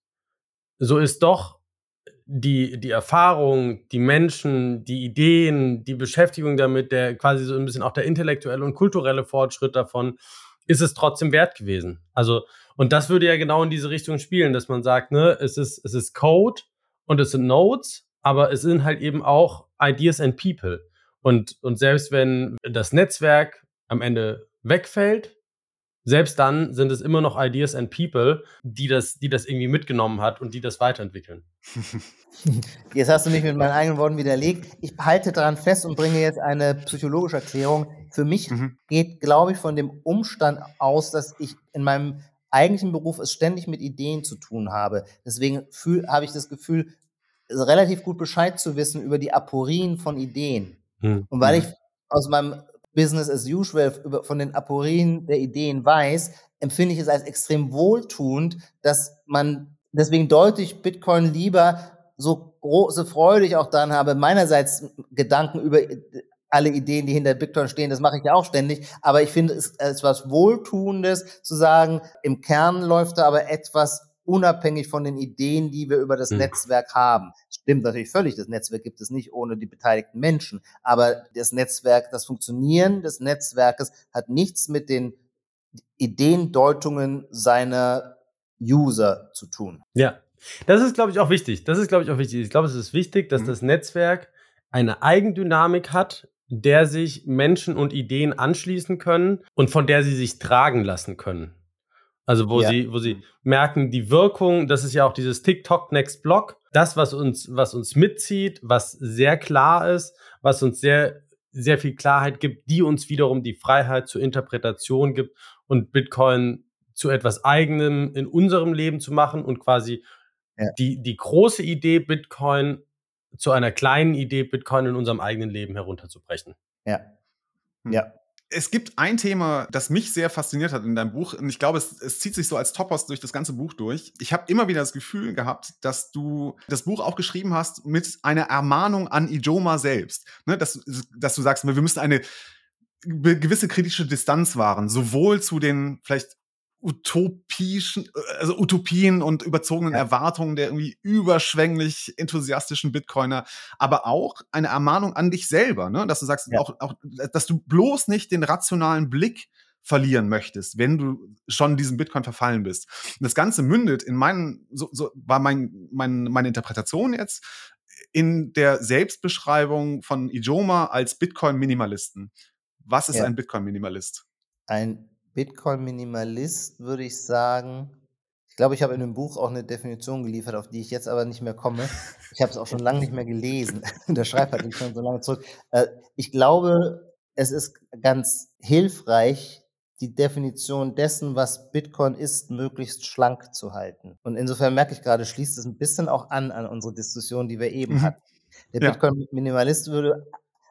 so ist doch die, die Erfahrung, die Menschen, die Ideen, die Beschäftigung damit, der quasi so ein bisschen auch der intellektuelle und kulturelle Fortschritt davon, ist es trotzdem wert gewesen. Also, und das würde ja genau in diese Richtung spielen, dass man sagt, ne, es ist, es ist Code und es sind Nodes, aber es sind halt eben auch Ideas and People. Und, und selbst wenn das Netzwerk am Ende wegfällt, selbst dann sind es immer noch Ideas and People, die das, die das irgendwie mitgenommen hat und die das weiterentwickeln. Jetzt hast du mich mit meinen eigenen Worten widerlegt. Ich halte daran fest und bringe jetzt eine psychologische Erklärung. Für mich Mhm. geht, glaube ich, von dem Umstand aus, dass ich in meinem eigentlichen Beruf es ständig mit Ideen zu tun habe. Deswegen fühl, habe ich das Gefühl, relativ gut Bescheid zu wissen über die Aporien von Ideen. Hm. Und weil Mhm. ich aus meinem Business as usual über, von den Aporien der Ideen weiß, empfinde ich es als extrem wohltuend, dass man, deswegen deute ich Bitcoin lieber, so große Freude ich auch daran habe, meinerseits Gedanken über alle Ideen, die hinter Bitcoin stehen, das mache ich ja auch ständig, aber ich finde es ist was Wohltuendes zu sagen, im Kern läuft da aber etwas unabhängig von den Ideen, die wir über das Hm. Netzwerk haben. Stimmt natürlich völlig, das Netzwerk gibt es nicht ohne die beteiligten Menschen, aber das Netzwerk, das Funktionieren des Netzwerkes hat nichts mit den Ideendeutungen seiner User zu tun. Ja, das ist, glaube ich, auch wichtig. Das ist, glaube ich, auch wichtig. Ich glaube, es ist wichtig, dass Mhm. das Netzwerk eine Eigendynamik hat, der sich Menschen und Ideen anschließen können und von der sie sich tragen lassen können. Also wo Ja. sie, wo sie merken, die Wirkung, das ist ja auch dieses TikTok Next Block, das, was uns, was uns mitzieht, was sehr klar ist, was uns sehr, sehr viel Klarheit gibt, die uns wiederum die Freiheit zur Interpretation gibt und Bitcoin zu etwas Eigenem in unserem Leben zu machen und quasi Ja. die, die große Idee Bitcoin zu einer kleinen Idee Bitcoin in unserem eigenen Leben herunterzubrechen. Ja. Mhm. Ja. Es gibt ein Thema, das mich sehr fasziniert hat in deinem Buch. Und ich glaube, es, es zieht sich so als Topos durch das ganze Buch durch. Ich habe immer wieder das Gefühl gehabt, dass du das Buch auch geschrieben hast mit einer Ermahnung an Ijoma selbst. Ne? Dass, dass du sagst, wir müssen eine gewisse kritische Distanz wahren, sowohl zu den vielleicht utopischen, also Utopien und überzogenen Ja. Erwartungen der irgendwie überschwänglich enthusiastischen Bitcoiner, aber auch eine Ermahnung an dich selber, ne? Dass du sagst, Ja. auch, auch, dass du bloß nicht den rationalen Blick verlieren möchtest, wenn du schon diesem Bitcoin verfallen bist. Und das Ganze mündet in meinen, so, so war mein, mein, meine Interpretation jetzt, in der Selbstbeschreibung von Ijoma als Bitcoin-Minimalisten. Was ist Ja. ein Bitcoin-Minimalist? Ein Bitcoin-Minimalist, würde ich sagen, ich glaube, ich habe in dem Buch auch eine Definition geliefert, auf die ich jetzt aber nicht mehr komme. Ich habe es auch schon lange nicht mehr gelesen. Der Schreibart liegt schon so lange zurück. Äh, ich glaube, es ist ganz hilfreich, die Definition dessen, was Bitcoin ist, möglichst schlank zu halten. Und insofern merke ich gerade, schließt es ein bisschen auch an an unsere Diskussion, die wir eben Mhm. hatten. Der Ja. Bitcoin-Minimalist würde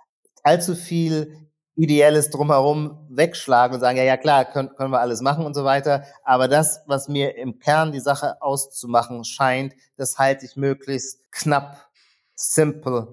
allzu viel Ideelles drumherum wegschlagen und sagen, ja, ja, klar, können, können wir alles machen und so weiter. Aber das, was mir im Kern die Sache auszumachen scheint, das halte ich möglichst knapp, simple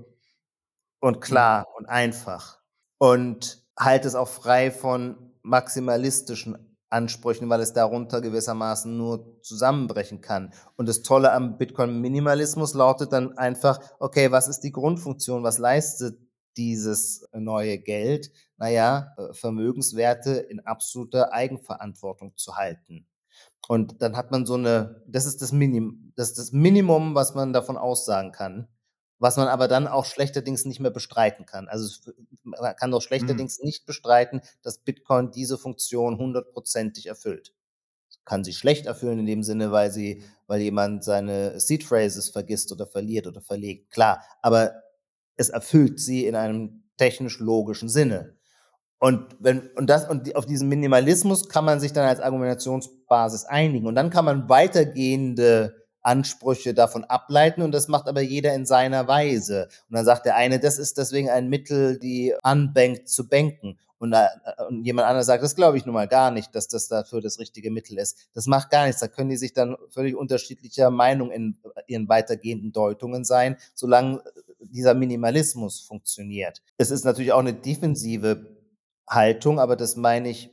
und klar Mhm. und einfach. Und halte es auch frei von maximalistischen Ansprüchen, weil es darunter gewissermaßen nur zusammenbrechen kann. Und das Tolle am Bitcoin-Minimalismus lautet dann einfach, okay, was ist die Grundfunktion? Was leistet dieses neue Geld? Naja, äh, Vermögenswerte in absoluter Eigenverantwortung zu halten. Und dann hat man so eine, das ist das Minimum, das ist das Minimum, was man davon aussagen kann, was man aber dann auch schlechterdings nicht mehr bestreiten kann. Also es, man kann doch Mhm. schlechterdings nicht bestreiten, dass Bitcoin diese Funktion hundertprozentig erfüllt. Kann sie schlecht erfüllen in dem Sinne, weil sie, weil jemand seine Seed Phrases vergisst oder verliert oder verlegt. Klar, aber es erfüllt sie in einem technisch logischen Sinne. Und wenn, und das, und auf diesen Minimalismus kann man sich dann als Argumentationsbasis einigen. Und dann kann man weitergehende Ansprüche davon ableiten, und das macht aber jeder in seiner Weise. Und dann sagt der eine, das ist deswegen ein Mittel, die unbanked zu banken. Und, äh, und jemand anderes sagt, das glaube ich nun mal gar nicht, dass das dafür das richtige Mittel ist. Das macht gar nichts. Da können die sich dann völlig unterschiedlicher Meinung in ihren weitergehenden Deutungen sein, solange dieser Minimalismus funktioniert. Es ist natürlich auch eine defensive Haltung, aber das meine ich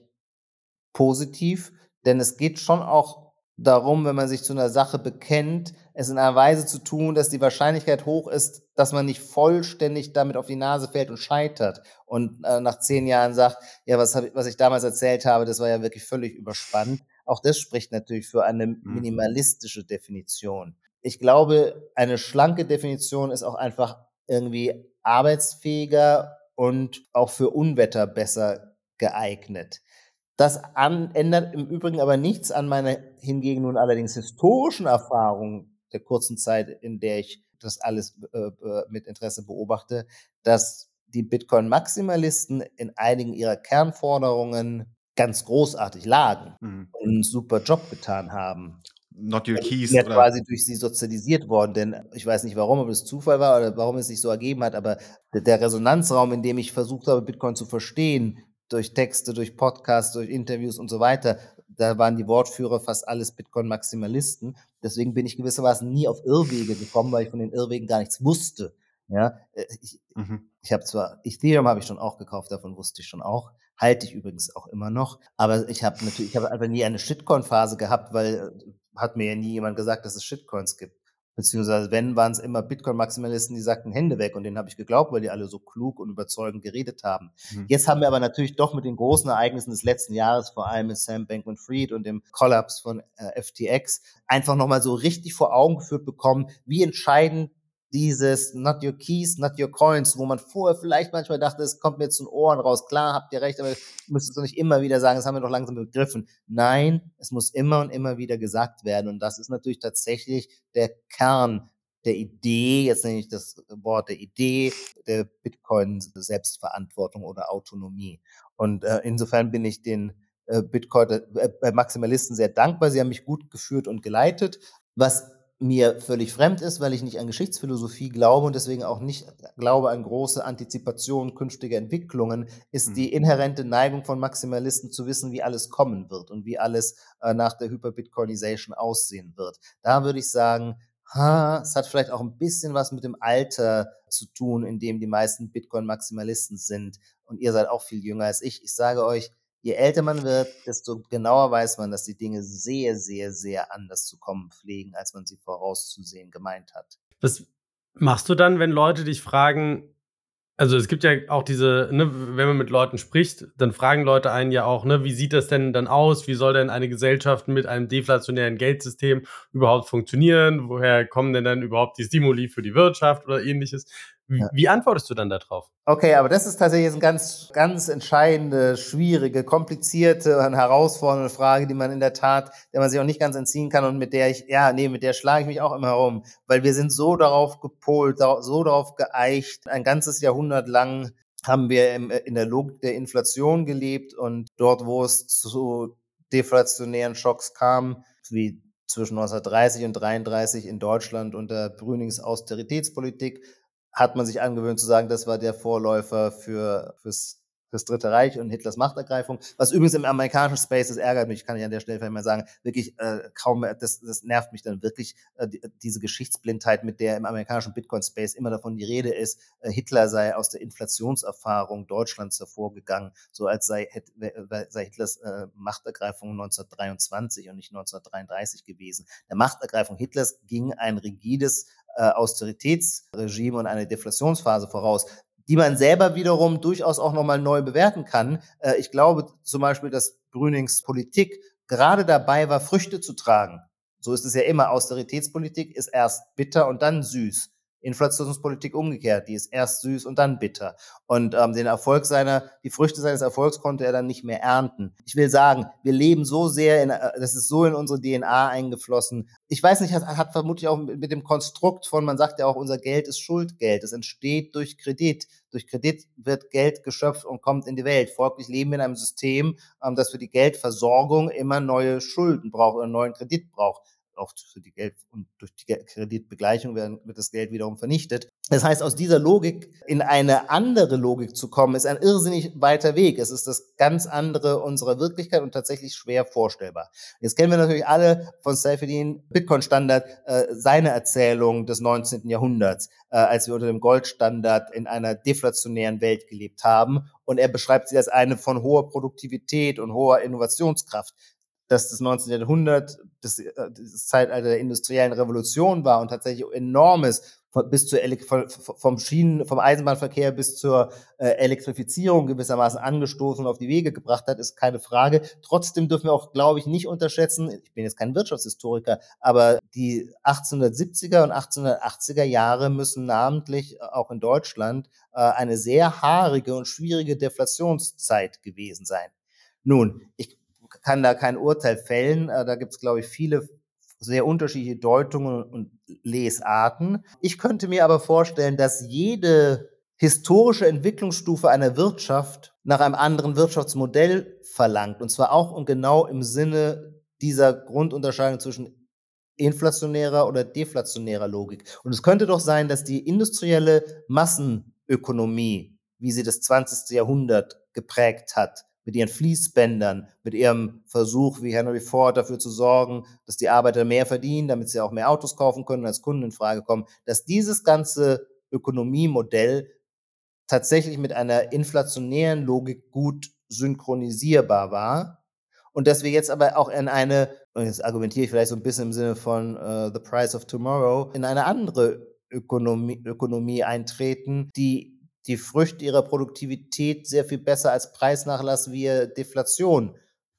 positiv, denn es geht schon auch darum, wenn man sich zu einer Sache bekennt, es in einer Weise zu tun, dass die Wahrscheinlichkeit hoch ist, dass man nicht vollständig damit auf die Nase fällt und scheitert und äh, nach zehn Jahren sagt, ja, was, hab ich, was ich damals erzählt habe, das war ja wirklich völlig überspannt. Auch das spricht natürlich für eine Mhm. minimalistische Definition. Ich glaube, eine schlanke Definition ist auch einfach irgendwie arbeitsfähiger und auch für Unwetter besser geeignet. Das an, ändert im Übrigen aber nichts an meiner hingegen nun allerdings historischen Erfahrung der kurzen Zeit, in der ich das alles äh, mit Interesse beobachte, dass die Bitcoin-Maximalisten in einigen ihrer Kernforderungen ganz großartig lagen Mhm. und einen super Job getan haben. Not your Ich bin keys ja oder quasi durch sie sozialisiert worden, denn ich weiß nicht warum, ob es Zufall war oder warum es sich so ergeben hat, aber der, der Resonanzraum, in dem ich versucht habe, Bitcoin zu verstehen, durch Texte, durch Podcasts, durch Interviews und so weiter, da waren die Wortführer fast alles Bitcoin-Maximalisten. Deswegen bin ich gewissermaßen nie auf Irrwege gekommen, weil ich von den Irrwegen gar nichts wusste. Ja, äh, ich, Mhm. ich habe zwar Ethereum habe ich schon auch gekauft, davon wusste ich schon auch, halte ich übrigens auch immer noch, aber ich habe natürlich, ich habe einfach nie eine Shitcoin-Phase gehabt, weil äh, hat mir ja nie jemand gesagt, dass es Shitcoins gibt. Beziehungsweise wenn, waren es immer Bitcoin-Maximalisten, die sagten Hände weg, und denen habe ich geglaubt, weil die alle so klug und überzeugend geredet haben. Mhm. Jetzt haben wir aber natürlich doch mit den großen Ereignissen des letzten Jahres, vor allem mit Sam Bankman-Fried und dem Kollaps von äh, F T X, einfach nochmal so richtig vor Augen geführt bekommen, wie entscheidend dieses Not your keys, not your coins, wo man vorher vielleicht manchmal dachte, es kommt mir jetzt zu den Ohren raus. Klar, habt ihr recht, aber müsstest du nicht immer wieder sagen, das haben wir doch langsam begriffen. Nein, es muss immer und immer wieder gesagt werden. Und das ist natürlich tatsächlich der Kern der Idee, jetzt nenne ich das Wort der Idee, der Bitcoin-Selbstverantwortung oder Autonomie. Und äh, insofern bin ich den äh, Bitcoin-Maximalisten sehr dankbar. Sie haben mich gut geführt und geleitet. Was mir völlig fremd ist, weil ich nicht an Geschichtsphilosophie glaube und deswegen auch nicht glaube an große Antizipation künftiger Entwicklungen, ist Mhm. die inhärente Neigung von Maximalisten zu wissen, wie alles kommen wird und wie alles äh, nach der Hyperbitcoinization aussehen wird. Da würde ich sagen, ha, es hat vielleicht auch ein bisschen was mit dem Alter zu tun, in dem die meisten Bitcoin-Maximalisten sind. Und ihr seid auch viel jünger als ich. Ich sage euch, je älter man wird, desto genauer weiß man, dass die Dinge sehr, sehr, sehr anders zu kommen pflegen, als man sie vorauszusehen gemeint hat. Was machst du dann, wenn Leute dich fragen, also es gibt ja auch diese, ne, wenn man mit Leuten spricht, dann fragen Leute einen ja auch, ne, wie sieht das denn dann aus? Wie soll denn eine Gesellschaft mit einem deflationären Geldsystem überhaupt funktionieren? Woher kommen denn dann überhaupt die Stimuli für die Wirtschaft oder ähnliches? Wie, Ja. wie antwortest du dann darauf? Okay, aber das ist tatsächlich jetzt eine ganz, ganz entscheidende, schwierige, komplizierte und herausfordernde Frage, die man in der Tat, der man sich auch nicht ganz entziehen kann und mit der ich, ja, nee, mit der schlage ich mich auch immer herum, weil wir sind so darauf gepolt, so darauf geeicht, ein ganzes Jahrhundert lang haben wir im, in der Logik der Inflation gelebt und dort, wo es zu deflationären Schocks kam, wie zwischen neunzehnhundertdreißig und dreiunddreißig in Deutschland unter Brünings Austeritätspolitik, hat man sich angewöhnt zu sagen, das war der Vorläufer für fürs fürs Dritte Reich und Hitlers Machtergreifung. Was übrigens im amerikanischen Space, das ärgert mich, kann ich an der Stelle vielleicht mal sagen, wirklich äh, kaum mehr, das, das nervt mich dann wirklich, äh, die, diese Geschichtsblindheit, mit der im amerikanischen Bitcoin-Space immer davon die Rede ist, äh, Hitler sei aus der Inflationserfahrung Deutschlands hervorgegangen, so als sei, sei Hitlers äh, Machtergreifung neunzehnhundertdreiundzwanzig und nicht neunzehnhundertdreiunddreißig gewesen. Der Machtergreifung Hitlers ging ein rigides äh, Austeritätsregime und eine Deflationsphase voraus, die man selber wiederum durchaus auch nochmal neu bewerten kann. Äh, ich glaube zum Beispiel, dass Brünings Politik gerade dabei war, Früchte zu tragen. So ist es ja immer. Austeritätspolitik ist erst bitter und dann süß. Inflationspolitik umgekehrt, die ist erst süß und dann bitter. Und ähm, den Erfolg seiner, die Früchte seines Erfolgs konnte er dann nicht mehr ernten. Ich will sagen, wir leben so sehr, in, das ist so in unsere D N A eingeflossen. Ich weiß nicht, hat, hat vermutlich auch mit, mit dem Konstrukt von, man sagt ja auch, unser Geld ist Schuldgeld. Es entsteht durch Kredit. Durch Kredit wird Geld geschöpft und kommt in die Welt. Folglich leben wir in einem System, ähm, das für die Geldversorgung immer neue Schulden braucht oder neuen Kredit braucht. Auch für die Geld und durch die Kreditbegleichung wird das Geld wiederum vernichtet. Das heißt, aus dieser Logik in eine andere Logik zu kommen, ist ein irrsinnig weiter Weg. Es ist das ganz andere unserer Wirklichkeit und tatsächlich schwer vorstellbar. Jetzt kennen wir natürlich alle von Saifedean Bitcoin-Standard äh, seine Erzählung des neunzehnten Jahrhunderts, äh, als wir unter dem Goldstandard in einer deflationären Welt gelebt haben. Und er beschreibt sie als eine von hoher Produktivität und hoher Innovationskraft. Dass das neunzehnten Jahrhundert das, das Zeitalter der industriellen Revolution war und tatsächlich enormes bis zur Ele- vom Schienen, vom Eisenbahnverkehr bis zur äh, Elektrifizierung gewissermaßen angestoßen und auf die Wege gebracht hat, ist keine Frage. Trotzdem dürfen wir auch, glaube ich, nicht unterschätzen, ich bin jetzt kein Wirtschaftshistoriker, aber die achtzehnhundertsiebziger und achtzehnhundertachtziger Jahre müssen namentlich auch in Deutschland äh, eine sehr haarige und schwierige Deflationszeit gewesen sein. Nun, ich kann da kein Urteil fällen. Da gibt es, glaube ich, viele sehr unterschiedliche Deutungen und Lesarten. Ich könnte mir aber vorstellen, dass jede historische Entwicklungsstufe einer Wirtschaft nach einem anderen Wirtschaftsmodell verlangt. Und zwar auch und genau im Sinne dieser Grundunterscheidung zwischen inflationärer oder deflationärer Logik. Und es könnte doch sein, dass die industrielle Massenökonomie, wie sie das zwanzigste Jahrhundert geprägt hat, mit ihren Fließbändern, mit ihrem Versuch, wie Henry Ford, dafür zu sorgen, dass die Arbeiter mehr verdienen, damit sie auch mehr Autos kaufen können und als Kunden in Frage kommen, dass dieses ganze Ökonomiemodell tatsächlich mit einer inflationären Logik gut synchronisierbar war und dass wir jetzt aber auch in eine, und jetzt argumentiere ich vielleicht so ein bisschen im Sinne von uh, The Price of Tomorrow, in eine andere Ökonomie, Ökonomie eintreten, die die Früchte ihrer Produktivität sehr viel besser als Preisnachlass via Deflation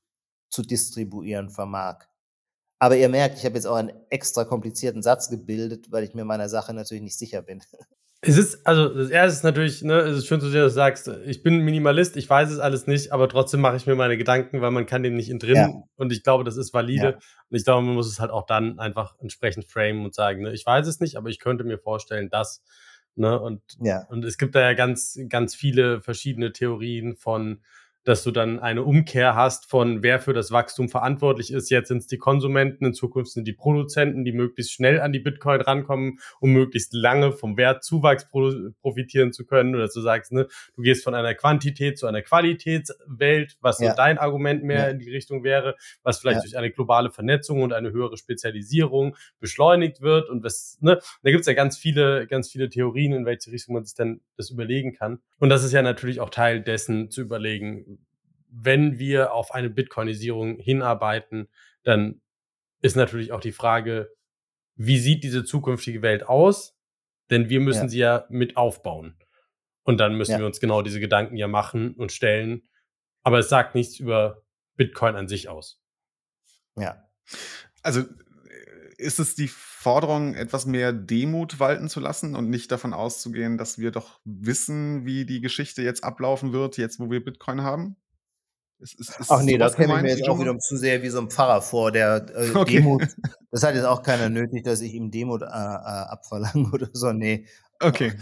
zu distribuieren vermag. Aber ihr merkt, ich habe jetzt auch einen extra komplizierten Satz gebildet, weil ich mir meiner Sache natürlich nicht sicher bin. Es ist, also das erste ist natürlich, ne, es ist schön zu sehen, dass du sagst, ich bin Minimalist, ich weiß es alles nicht, aber trotzdem mache ich mir meine Gedanken, weil man kann dem nicht entrinnen. Ja. Und ich glaube, das ist valide. Ja. Und ich glaube, man muss es halt auch dann einfach entsprechend framen und sagen, ne, ich weiß es nicht, aber ich könnte mir vorstellen, dass, ne, und, ja. und es gibt da ja ganz, ganz viele verschiedene Theorien von dass du dann eine Umkehr hast von wer für das Wachstum verantwortlich ist. Jetzt sind es die Konsumenten, in Zukunft sind die Produzenten, die möglichst schnell an die Bitcoin rankommen, um möglichst lange vom Wertzuwachs pro- profitieren zu können. Oder dass du sagst, ne, du gehst von einer Quantität zu einer Qualitätswelt, was so Ja. dein Argument mehr Ja. in die Richtung wäre, was vielleicht Ja. durch eine globale Vernetzung und eine höhere Spezialisierung beschleunigt wird. Und was, ne, da gibt es ja ganz viele, ganz viele Theorien, in welche Richtung man sich dann das überlegen kann. Und das ist ja natürlich auch Teil dessen zu überlegen, wenn wir auf eine Bitcoinisierung hinarbeiten, dann ist natürlich auch die Frage, wie sieht diese zukünftige Welt aus? Denn wir müssen Ja. sie ja mit aufbauen. Und dann müssen Ja. wir uns genau diese Gedanken ja machen und stellen. Aber es sagt nichts über Bitcoin an sich aus. Ja. Also äh, ist es die Forderung, etwas mehr Demut walten zu lassen und nicht davon auszugehen, dass wir doch wissen, wie die Geschichte jetzt ablaufen wird, jetzt wo wir Bitcoin haben? Ist, ist, ist Ach nee, da sowas käme ich mir gemeint, jetzt auch Ijoma? wieder zu sehr wie so ein Pfarrer vor, der äh, Okay. Demut. Das hat jetzt auch keiner nötig, dass ich ihm Demut äh, äh, abverlange oder so. Nee. Okay.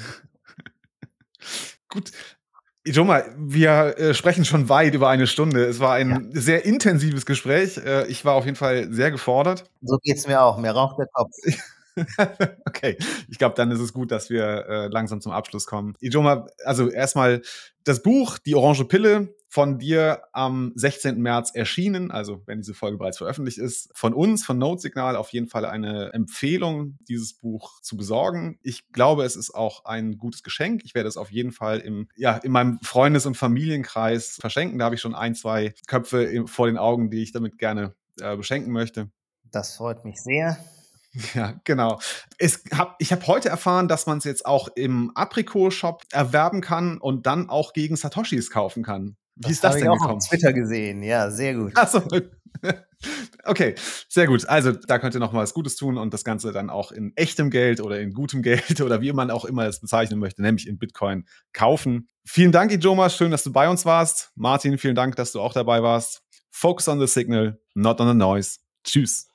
Gut. Ijoma, wir äh, sprechen schon weit über eine Stunde. Es war ein sehr intensives Gespräch. Äh, ich war auf jeden Fall sehr gefordert. So geht's mir auch. Mir raucht der Kopf. Okay, ich glaube, dann ist es gut, dass wir äh, langsam zum Abschluss kommen. Ijoma, also erstmal das Buch Die Orange Pille von dir am sechzehnten März erschienen, also wenn diese Folge bereits veröffentlicht ist, von uns, von Notesignal auf jeden Fall eine Empfehlung, dieses Buch zu besorgen. Ich glaube, es ist auch ein gutes Geschenk. Ich werde es auf jeden Fall im, ja, in meinem Freundes- und Familienkreis verschenken. Da habe ich schon ein, zwei Köpfe im, vor den Augen, die ich damit gerne äh, beschenken möchte. Das freut mich sehr. Ja, genau. Es hab, ich habe heute erfahren, dass man es jetzt auch im Apricot-Shop erwerben kann und dann auch gegen Satoshis kaufen kann. Wie Das ist das habe ich denn auch gekommen? auf Twitter gesehen. Ja, sehr gut. Ach so. Okay, sehr gut. Also da könnt ihr noch mal was Gutes tun und das Ganze dann auch in echtem Geld oder in gutem Geld oder wie man auch immer es bezeichnen möchte, nämlich in Bitcoin kaufen. Vielen Dank, Ijoma. Schön, dass du bei uns warst. Martin, vielen Dank, dass du auch dabei warst. Focus on the signal, not on the noise. Tschüss.